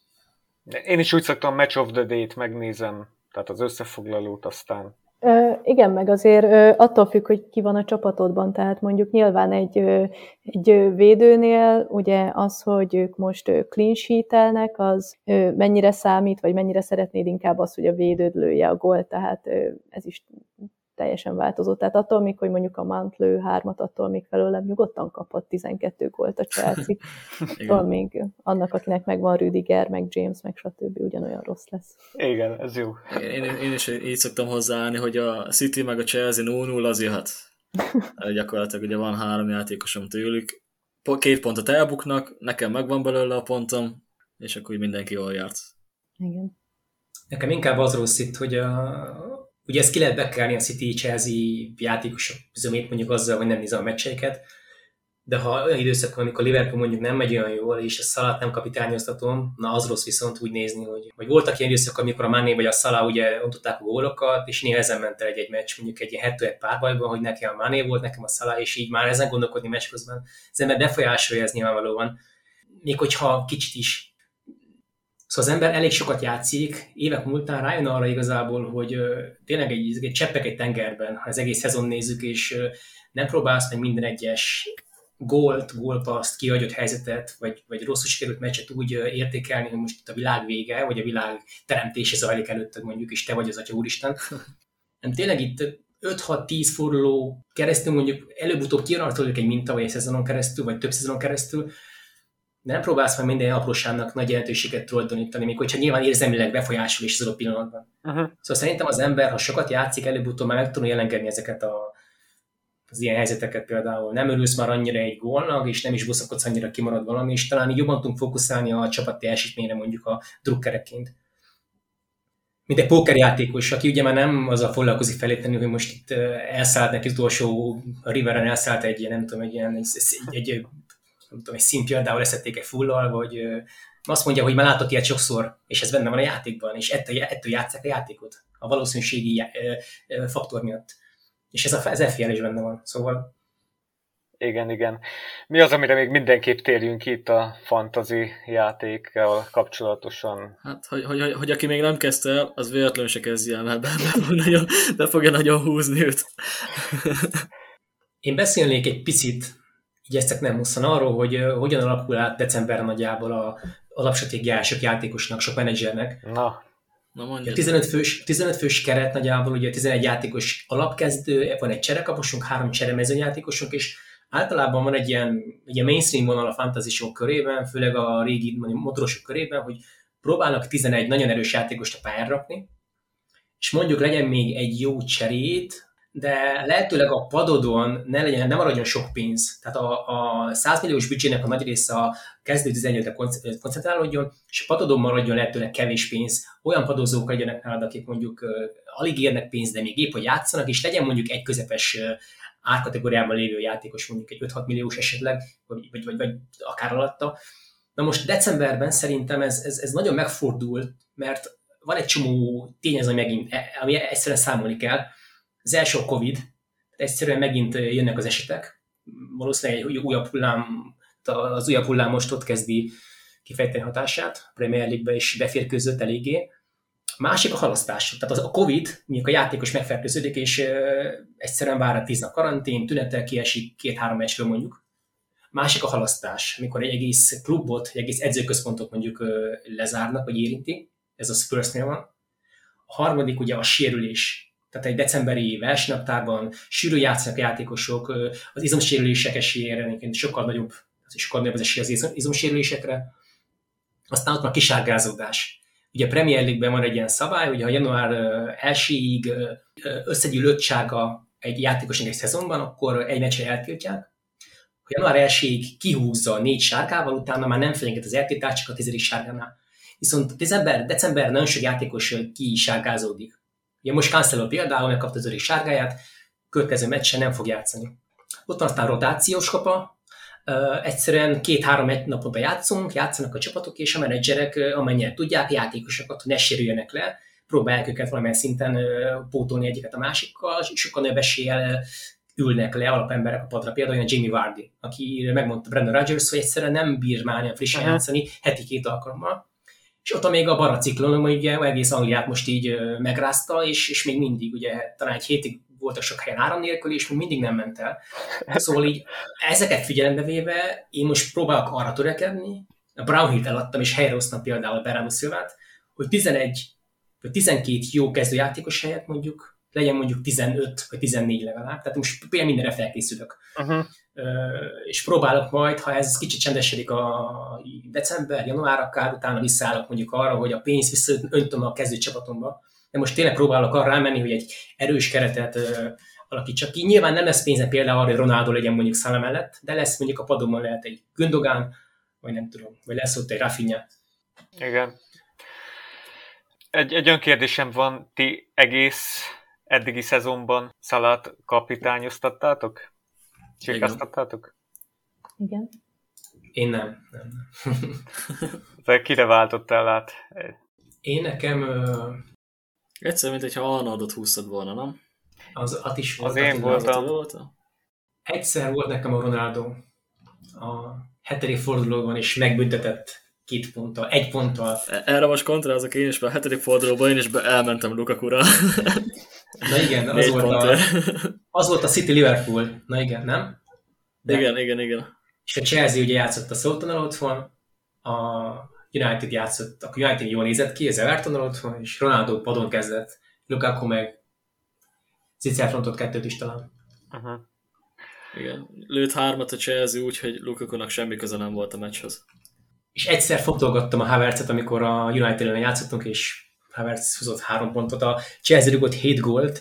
Én is úgy szoktam Match of the Day-t megnézem, tehát az összefoglalót aztán. Ö, igen, meg azért ö, attól függ, hogy ki van a csapatodban, tehát mondjuk nyilván egy, ö, egy védőnél ugye az, hogy ők most ö, clean sheet-elnek, az ö, mennyire számít, vagy mennyire szeretnéd inkább az, hogy a védőd lője a gólt, tehát ö, ez is teljesen változó. Tehát attól még, hogy mondjuk a Mount lő hármat, attól még felőlem nyugodtan kapott tizenkettő gólt a Chelsea. Attól még annak, akinek megvan Rüdiger, meg James, meg stb. Ugyanolyan rossz lesz. Igen, ez jó. Én, én is így szoktam hozzáállni, hogy a City meg a Chelsea nulla nulla az jöhet. Gyakorlatilag ugye van három játékosom tőlük. Két pontot elbuknak, nekem megvan belőle a pontom, és akkor mindenki jól járt. Igen. Nekem inkább az rossz itt, hogy a ugye ezt ki lehet bekelni a City-Chelsea játékosok zömét mondjuk azzal, hogy nem nézem a meccseiket, de ha olyan időszak van, amikor Liverpool mondjuk nem megy olyan jól, és a Salah nem kapitányoztatom, na az rossz viszont úgy nézni, hogy, hogy voltak ilyen időszak, amikor a Mané vagy a Salah ugye ontották a gólokat, és néha ezen ment el egy-egy meccs, mondjuk egy ilyen head-to-head párbajban, hogy nekem a Mané volt, nekem a Salah, és így már ezen gondolkodni meccs közben. Az ember befolyásolja ez nyilvánvalóan, még hogyha kicsit is. Szóval az ember elég sokat játszik, évek múltán rájön arra igazából, hogy uh, tényleg egy, egy cseppek egy tengerben, ha az egész szezon nézzük, és uh, nem próbálsz meg minden egyes gólt, gólpaszt, kihagyott helyzetet, vagy, vagy rosszul sikerült meccset úgy uh, értékelni, hogy most itt a világ vége, vagy a világ teremtése zajlik előtted mondjuk, és te vagy az Atya Úristen. Nem, tényleg itt öt-hat-tíz forduló keresztül mondjuk előbb-utóbb kiarartoljuk egy minta, vagy egy szezonon keresztül, vagy több szezonon keresztül, de nem próbálsz majd minden apróságnak nagy jelentőséget tulajdonítani, még hogyha nyilván érzelmileg befolyásol is az a pillanatban. Uh-huh. Szóval szerintem az ember, ha sokat játszik, előbb-utóbb már meg tudja jelenteni ezeket a az ilyen helyzeteket például. Nem örülsz már annyira egy gólnak, és nem is buszakodsz annyira, kimarad valami, és talán így jobban tudunk fókuszálni a csapat teljesítményre mondjuk a drukkereként. Mint egy pókerjátékos, aki ugye már nem azzal foglalkozik felépteni, hogy most itt elszállt neki az utolsó a Riveren elszállt egy, nem tudom, egy ilyen egy, egy, egy, nem tudom, egy szín például leszették egy fullal, vagy azt mondja, hogy már látok ilyet sokszor, és ez benne van a játékban, és ettől, ettől játsszák a játékot, a valószínűségi faktor miatt. És ez a, az ef i el is benne van, szóval... Igen, igen. Mi az, amire még mindenképp térjünk itt a fantasy játékkal kapcsolatosan? Hát, hogy, hogy, hogy aki még nem kezdte el, az véletlenül se kezdje el, mert be, be, nagyon, be fogja nagyon húzni őt. Én beszélnék egy picit, így ezt nem muszan arról, hogy uh, hogyan alakul át decemberre nagyjából a alapstratégiás sok játékosnak, sok menedzsernek. Na. Na mondjad. tizenöt fős, tizenöt fős keret nagyjából, ugye tizenegy játékos alapkezdő, van egy cserekaposunk, három cseremezőjátékosunk, és általában van egy ilyen, egy ilyen mainstream vonal a fantasy-sok körében, főleg a régi motorosok körében, hogy próbálnak tizenegy nagyon erős játékost a pályára rakni, és mondjuk legyen még egy jó cserét, de lehetőleg a padodon ne legyen, nem maradjon sok pénz. Tehát a, a száz milliós büdzsének a nagy része a kezdő tizennyolcra koncentrálódjon, és a padodon maradjon lehetőleg kevés pénz. Olyan padozók legyenek nálad, akik mondjuk uh, alig érnek pénzt, de még épp, hogy játszanak, és legyen mondjuk egy közepes uh, árkategóriában lévő játékos, mondjuk egy öt-hat milliós esetleg, vagy, vagy, vagy, vagy akár alatta. Na most decemberben szerintem ez, ez, ez nagyon megfordul, mert van egy csomó tényező megint, ami egyszerűen számolni kell. Az első a Covid, egyszerűen megint jönnek az esetek. Valószínűleg egy újabb hullám, az újabb hullám most ott kezdi kifejteni hatását, a Premier League-be is beférkőzött eléggé. A másik a halasztás. Tehát az a Covid, mondjuk a játékos megfertőződik, és uh, egyszerűen vár a tíz nap karantén, tünettel kiesik két-három meccsről mondjuk. Másik a halasztás, amikor egy egész klubot, egy egész edzőközpontot mondjuk uh, lezárnak, vagy érinti. Ez a Spursnél van. A harmadik ugye a sérülés. Tehát egy decemberi versenynaptárban sűrű játszanak a játékosok, uh, az izomsérülések esélyére sokkal nagyobb, sokkal nagyobb az esély az izomsérülésekre. Aztán ott van a kisárgázódás. Ugye a Premier League-ben van egy ilyen szabály, hogy ha január elsejéig összegyűl öt sárga egy játékosnak egy szezonban, akkor egy meccsre eltiltják. Ha január elsejéig kihúzza négy sárgával, utána már nem fenyeget az eltiltás, csak a tizedik sárgánál. Viszont december, december nagyon sok játékos ki sárgázódik. Ugye most Cancelo például megkapta az ötödik sárgáját, következő meccsen nem fog játszani. Ott van aztán rotációs kapa, Uh, egyszerűen két-három naponta játszunk, játszanak a csapatok, és a menedzserek, uh, amennyire tudják, játékosokat, hogy ne sérüljenek le, próbálják őket valamilyen szinten uh, pótolni egyiket a másikkal, és sokkal nagyobb eséllyel uh, ülnek le alapemberek a padra, például olyan Jamie Vardy, aki megmondta Brendan Rodgers, hogy egyszerűen nem bír már frissen uh-huh. játszani heti két alkalommal. És ott még a baraciklon, hogy ugye egész Angliát most így uh, megrázta, és, és még mindig, ugye talán egy hétig voltak sok helyen áram nélkül, és még mindig nem ment el. Szóval így ezeket figyelembe véve, én most próbálok arra törekedni, a Brownhill-t eladtam, és helyrehoztam például Bernardo Silvát, hogy tizenegy vagy tizenkét jó kezdőjátékos helyett mondjuk legyen mondjuk tizenöt vagy tizennégy legalább. Tehát most például mindenre felkészülök. Uh-huh. És próbálok majd, ha ez kicsit csendesedik a december, január, akár utána visszaállok mondjuk arra, hogy a pénzt visszaöntöm a kezdőcsapatomba. De most tényleg próbálok arra rámenni, hogy egy erős keretet uh, alakítsak ki. Nyilván nem lesz pénze például arra, hogy Ronaldo legyen mondjuk Salah mellett, de lesz mondjuk a padomon lehet egy Gündogan, vagy nem tudom, vagy lesz ott egy Rafinha. Igen. Egy, egy olyan kérdésem van, ti egész eddigi szezonban Salah-t kapitányoztattátok? Csikáztattátok? Igen. Én nem. nem, nem. De kire váltottál át? Én nekem... Uh... Egyszer, mint hogyha Arnoldot húztad volna, nem? Az, az is volt. Az én voltam. Egyszer volt nekem a Ronaldo a hetedik fordulóban, és megbüntetett két ponttal, egy ponttal. Erre most kontrázok én is, mert a hetedik fordulóban én is be elmentem Lukakura. Na igen, az volt, a, az volt a City Liverpool. Na igen, nem? De, igen, igen, igen. És a Chelsea ugye játszott a Southamptonnal otthon, a United játszott, a United jól nézett ki, az Evertonnal otthon, és Ronaldo padon kezdett, Lukaku meg Cicer frontot kettőt is talán. Uh-huh. Igen, lőtt hármat a Chelsea úgy, hogy Lukakunak semmi köze nem volt a meccshez. És egyszer fotógattam a Havertzet, amikor a United ellen játszottunk, és Havertz húzott három pontot, a Chelsea rúgott hét gólt,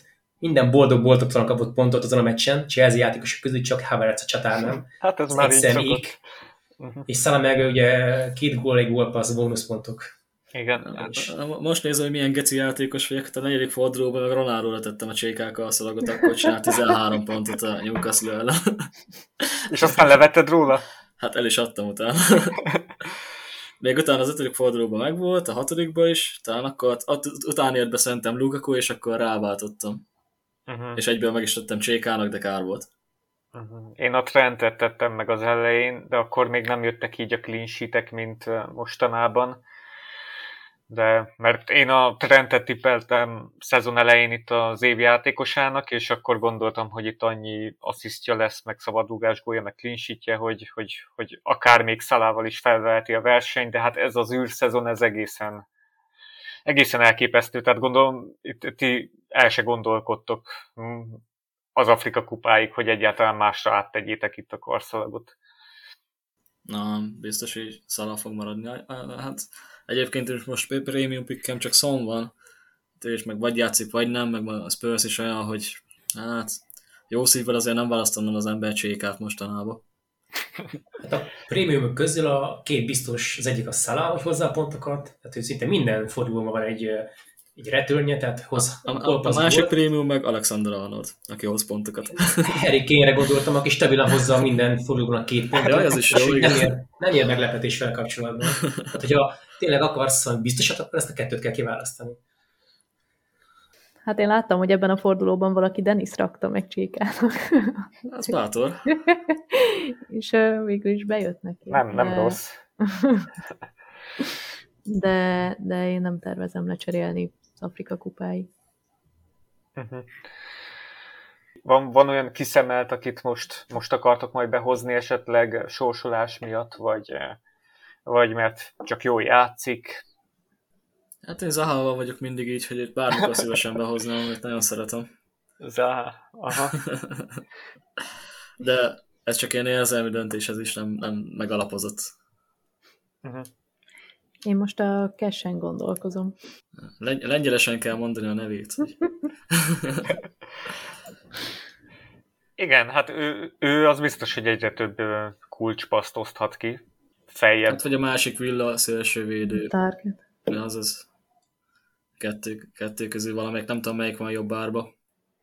minden boldog-boldogtalan kapott pontot azon a meccsen, Chelsea játékosok közül csak Havertz a csatár nem. Hát ez, ez már így szokott. Uh-huh. És Salah meg ugye két gól, egy gólpassz, bónuszpontok. Igen. Most nézem, hogy milyen geci játékos vagyok, a negyedik fordulóban meg Ronaldo-ra tettem a csékákkal a szalagot, akkor csinált tizenhárom pontot a Newcastle ellen. És aztán levetted róla? Hát el is adtam utána. Még utána az ötödik fordulóban megvolt, a hatodikban is, talán akkor ut- utána jött be szerintem Lukaku, és akkor ráváltottam. Uh-huh. És egyből meg is tettem csékának, de kár volt. Uh-huh. Én a Trentet tettem meg az elején, de akkor még nem jöttek így a clean sheetek, mint mostanában. De mert én a Trentet tippeltem szezon elején itt az év játékosának, és akkor gondoltam, hogy itt annyi asszisztja lesz, meg szabadrúgás gólja, meg clean sheetje, hogy, hogy, hogy akár még Salahval is felveheti a versenyt, de hát ez az űrszezon, ez egészen, egészen elképesztő. Tehát gondolom, itt ti el se gondolkodtok az Afrika kupáig, hogy egyáltalán másra áttegyétek itt a karszalagot. Na, biztos, hogy Salah fog maradni. Hát egyébként most prémium pickem csak Son van, és meg vagy játszik, vagy nem, meg a Spurs is olyan, hogy hát jó szívvel azért nem választanom az ember csékát mostanában. Hát a prémiumok közül a két biztos, az egyik a Salah, hogy hozzá a pontokat, tehát ő szinte minden fordulóban van egy, egy returnje, tehát hoz a, a, a másik prémium meg Alexander Arnold, aki hoz pontokat. Harry Kane-re gondoltam, aki stabilan hozza minden fordulóban a két pontot. Ja, az is jó, nem, ér, nem ér meglepetés fel kapcsolatban. Tehát, hogyha tényleg akarsz valami biztosat, akkor ezt a kettőt kell kiválasztani. Hát én láttam, hogy ebben a fordulóban valaki Dennis rakta meg csékának. Az bátor. És uh, végül is bejött neki. Nem, nem de... rossz. de, de én nem tervezem lecserélni az Afrika kupáig. Uh-huh. Van, van olyan kiszemelt, akit most, most akartok majd behozni esetleg sorsolás miatt, vagy, vagy mert csak jól játszik? Hát én Zahával vagyok mindig így, hogy bármikor szívesen behoznám, amit nagyon szeretem. Zaha, aha. De ez csak ilyen érzelmi döntés, ez is nem, nem megalapozott. Uh-huh. Én most a Cash-en gondolkozom. Lengy- lengyelesen kell mondani a nevét. Igen, hát ő, ő az biztos, hogy egyre több kulcspaszt oszthat ki. Feljebb. Hát vagy a másik Villa szélső védő. Target. Azaz. Kettő, kettő közül valamelyik, nem tudom melyik van jobb árba.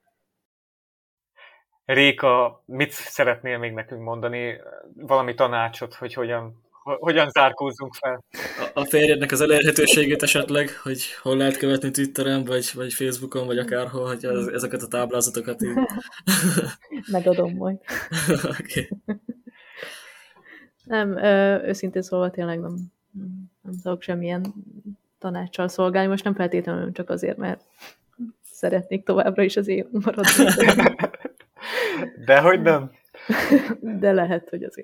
Réka, mit szeretnél még nekünk mondani? Valami tanácsot, hogy hogyan, hogyan zárkózzunk fel? A, a férjednek az elérhetőségét esetleg, hogy hol lehet követni Twitteren, vagy, vagy Facebookon, vagy akárhol, hogy az, ezeket a táblázatokat így... Megadom majd. Okay. Nem, őszintén szólva tényleg nem, nem tudok semmilyen tanáccsal szolgálni. Most nem feltétlenül csak azért, mert szeretnék továbbra is az én maradni. Dehogy nem. De lehet, hogy azért.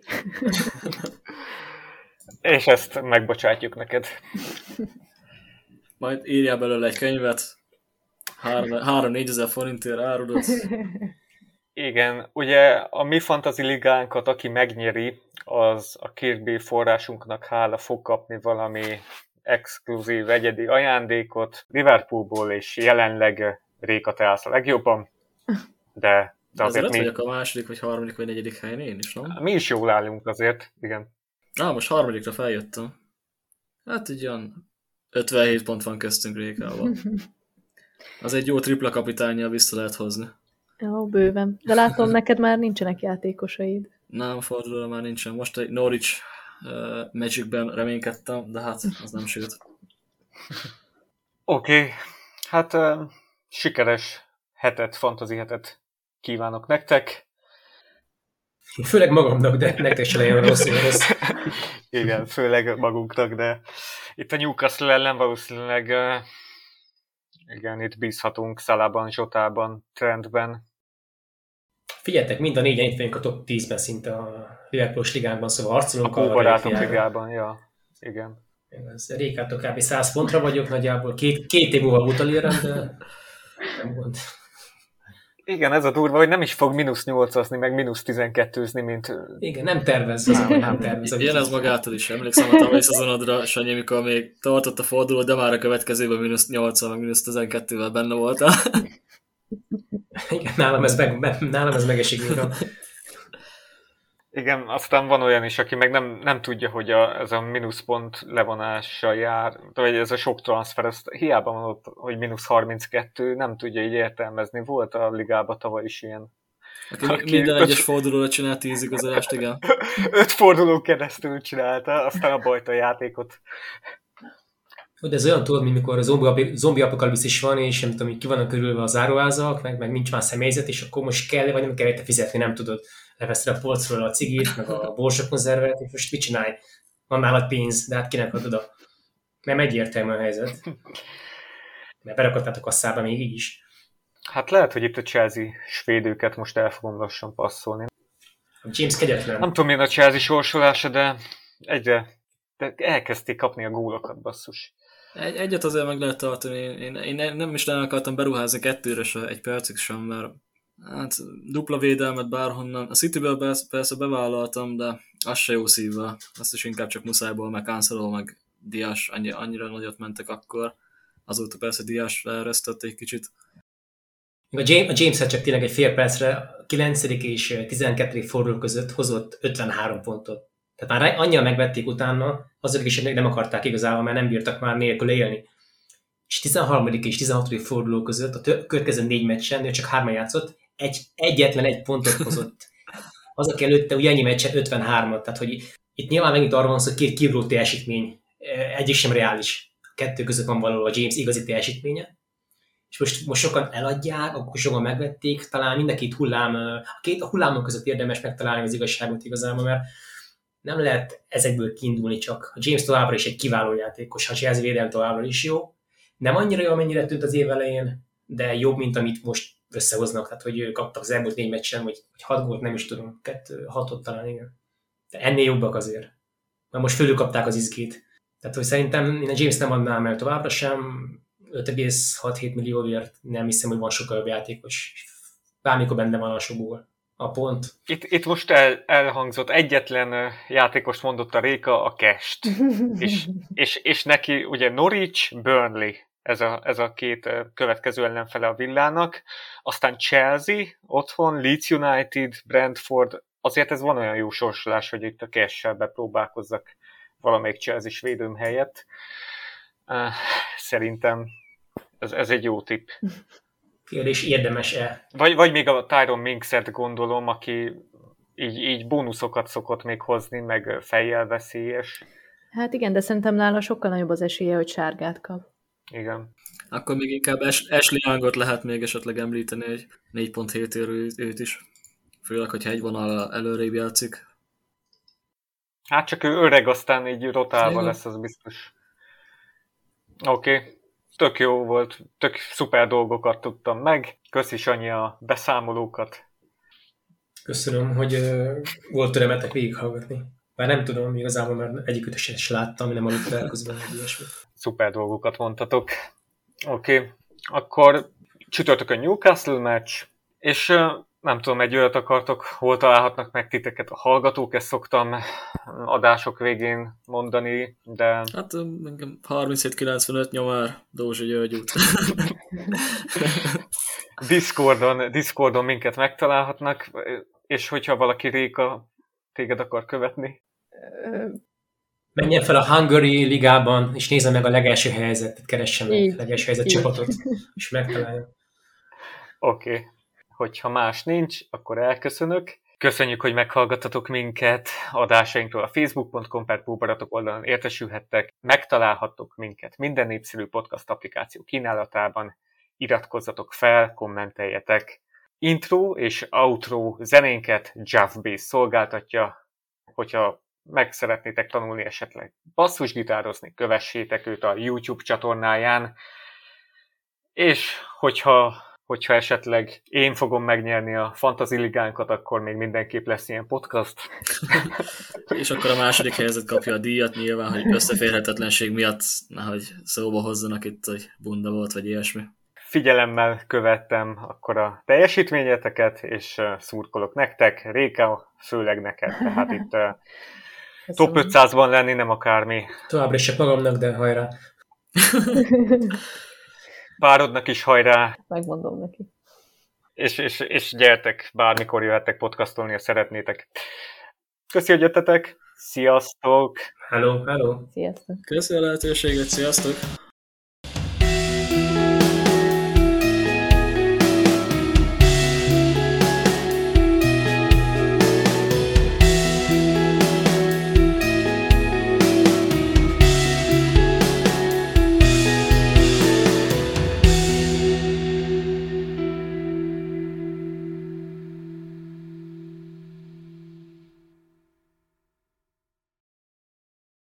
És ezt megbocsátjuk neked. Majd írjál belőle egy könyvet, három-négyezer forintért árulod. Igen, ugye a mi fantasy ligánkat, aki megnyeri, az a Kirby forrásunknak hála fog kapni valami exkluzív, egyedi ajándékot Liverpoolból, és jelenleg Réka te állsz a legjobban, de, de azért azért mi... mi... a második, vagy harmadik, vagy negyedik helyen én is, nem? Mi is jól állunk azért, igen. Na, most harmadikra feljöttem. Hát így olyan ötvenhét pont van köztünk Rékával. Az egy jó tripla kapitánnyal vissza lehet hozni. Jó, bőven. De látom, neked már nincsenek játékosaid. Nem, fordulóra már nincsen. Most egy Norwich uh, Magicben reménykedtem, de hát az nem sőt. Oké, okay. Hát uh, sikeres hetet, fantasy hetet kívánok nektek. Főleg magamnak, de nektek se legyen rossz, rossz. Igen, főleg magunknak, de itt a Newcastle ellen valószínűleg uh, igen, itt bízhatunk Salahban, Zsotában, Trentben. Figyeljetek, mind a négyen itt vagyunk a top tízben szinte a Liverpoolos ligában, szóval harcolunk a Kóbarátok ligában, ja, igen. Ez Rékától kb. száz pontra vagyok nagyjából, két, két év múlva utolérem, de nem gond. Igen, ez a durva, hogy nem is fog mínusz nyolcazni, meg mínusz tizenkettőzni, mint... Igen, nem tervez, az, nem, nem tervez. Igen, ez magától is. Emlékszem a tavalyi szezonodra, Sanyi, mikor még tartott a forduló, de már a következőben mínusz nyolccal, meg mínusz tizenkettővel benne voltál. Igen, nálam ez, meg, nálam ez megesik még. Igen, aztán van olyan is, aki meg nem, nem tudja, hogy a, ez a mínuszpont levonással jár, vagy ez a sok transfer, ezt hiába van ott, hogy mínusz harminckettő, nem tudja így értelmezni. Volt a ligában tavaly is ilyen. Aki, aki minden öt... egyes fordulóra csinált tíz igazolást, igen. Öt forduló keresztül csinálta, aztán a bajta a játékot. De ez olyan, tudod, mint mikor a zombi, zombi apokalipszis van, és nem tudom, ki vannak körülve a záróházak, meg, meg nincs már személyzet, és akkor most kell, vagy nem kell érte fizetni, nem tudod. Leveszed a polcról a cigit, meg a borsakonzervet, és most mit csinálj? Van nálad pénz, de hát kinek adod a... Nem egyértelmű a helyzet. Mert berakadtátok a kasszába még így is. Hát lehet, hogy itt a Chelsea svédőket most el fogom lassan passzolni. A James kegyetlen. Nem tudom, milyen a Chelsea sorsolása, de egyre de elkezdték kapni a gólokat, basszus. Egy, egyet azért meg lehet tartani. Én, én, én nem is nem akartam beruházni kettőre se, egy percig sem, mert hát dupla védelmet bárhonnan. A Cityből persze bevállaltam, de az se jó szívvel. Azt is inkább csak muszájból, meg Cancelo, meg Dias annyi, annyira nagyot mentek akkor. Azóta persze Dias elresztett egy kicsit. A James, a James csak tényleg egy fél percre a kilencedik és tizenkettedik forduló között hozott ötvenhárom pontot. Tehát már annyian megvették utána, azok is nem akarták igazából, mert nem bírtak már nélkül élni. És tizenharmadik és tizenhatodik forduló között a tö- következő négy meccsen, ő csak hárman játszott, egy, egyetlen egy pontot hozott. Azok előtte ugye ennyi meccsen ötvenhármat, tehát hogy itt nyilván megint arra van szó, hogy két kiugró teljesítmény, egyik sem reális. A kettő között van valahol a James igazi teljesítménye. És most, most sokan eladják, akkor sokan megvették, talán mind a két hullám, a két a hullámok között érdemes megtalálni az igazságot igazából, mert nem lehet ezekből kiindulni csak. A James továbbra is egy kiváló játékos, a Chelsea védelem továbbra is jó. Nem annyira jó, amennyire tűnt az év elején, de jobb, mint amit most összehoznak. Tehát, hogy kaptak az elmúlt négy meccsen, vagy hat gólt, nem is tudom, kettő, hatot talán, igen. De ennél jobbak azért. Mert most fölülkapták az izgét. Tehát, hogy szerintem én a James nem adnám el továbbra sem, öt egész hat-hét millióért nem hiszem, hogy van sokkal jobb játékos. Bármikor benne van a sokból. A pont. Itt, itt most el, elhangzott, egyetlen játékost mondott a Réka, a Kest. és, és, és neki ugye Norwich, Burnley, ez a, ez a két következő ellenfele a Villának. Aztán Chelsea, otthon, Leeds United, Brentford. Azért ez van olyan jó sorsolás, hogy itt a Cash-sel bepróbálkozzak valamelyik Chelsea-s védőm helyett. Szerintem ez, ez egy jó tipp. Kérdés, érdemes-e? Vagy, vagy még a Tyrone Mings-et gondolom, aki így, így bónuszokat szokott még hozni, meg fejjel veszélyes. Hát igen, de szerintem nála sokkal nagyobb az esélye, hogy sárgát kap. Igen. Akkor még inkább Ashley Youngot lehet még esetleg említeni, hogy négy pont hét érő őt is. Főleg, hogyha egy vonal előrébb játszik. Hát csak ő öreg, aztán így rotálva igen. Lesz, az biztos. Oké. Okay. Tök jó volt, tök szuper dolgokat tudtam meg. Köszi Sanyi a beszámolókat. Köszönöm, hogy uh, volt türelmetek végighallgatni. Már nem tudom, igazából mert egyik ötöset is láttam, nem aludt el közben egy ilyesmit. Szuper dolgokat mondtatok. Oké, okay. Akkor csütörtökön Newcastle meccs, és uh, nem tudom, egy olyat akartok, hol találhatnak meg titeket a hallgatók, ezt szoktam adások végén mondani, de... Hát harminchét kilencvenöt nyomár, Dózsa György út. Discordon, Discordon minket megtalálhatnak, és hogyha valaki Réka téged akar követni. Menjen fel a Hungary ligában, és nézze meg a legelső helyzetet, keressen meg a legelső helyzet csapatot, és megtalálja. Oké. Okay. Hogyha más nincs, akkor elköszönök. Köszönjük, hogy meghallgattatok minket. Adásainkról a facebook pont com per Búbaratok oldalon értesülhettek. Megtalálhattok minket minden népszerű podcast applikáció kínálatában. Iratkozzatok fel, kommenteljetek. Intro és outro zenénket Jav Bass szolgáltatja. Hogyha meg szeretnétek tanulni esetleg basszusgitározni, kövessétek őt a YouTube csatornáján. És hogyha hogyha esetleg én fogom megnyerni a Fantasy Ligánkat, akkor még mindenképp lesz ilyen podcast. És akkor a második helyzet kapja a díjat nyilván, hogy összeférhetetlenség miatt nehogy szóba hozzanak itt, hogy bunda volt, vagy ilyesmi. Figyelemmel követtem akkor a teljesítményeteket, és szurkolok nektek, Réka, főleg neked. Tehát itt top ötszázban lenni nem akármi. Továbbra is csak magamnak, de hajrá! Párodnak is hajrá! Megmondom neki. és, és, és gyertek, bármikor jöhettek podcastolni, ha szeretnétek. Köszi, hogy jöttetek. Sziasztok! Hello, hello! Sziasztok! Köszi a lehetőséget, sziasztok!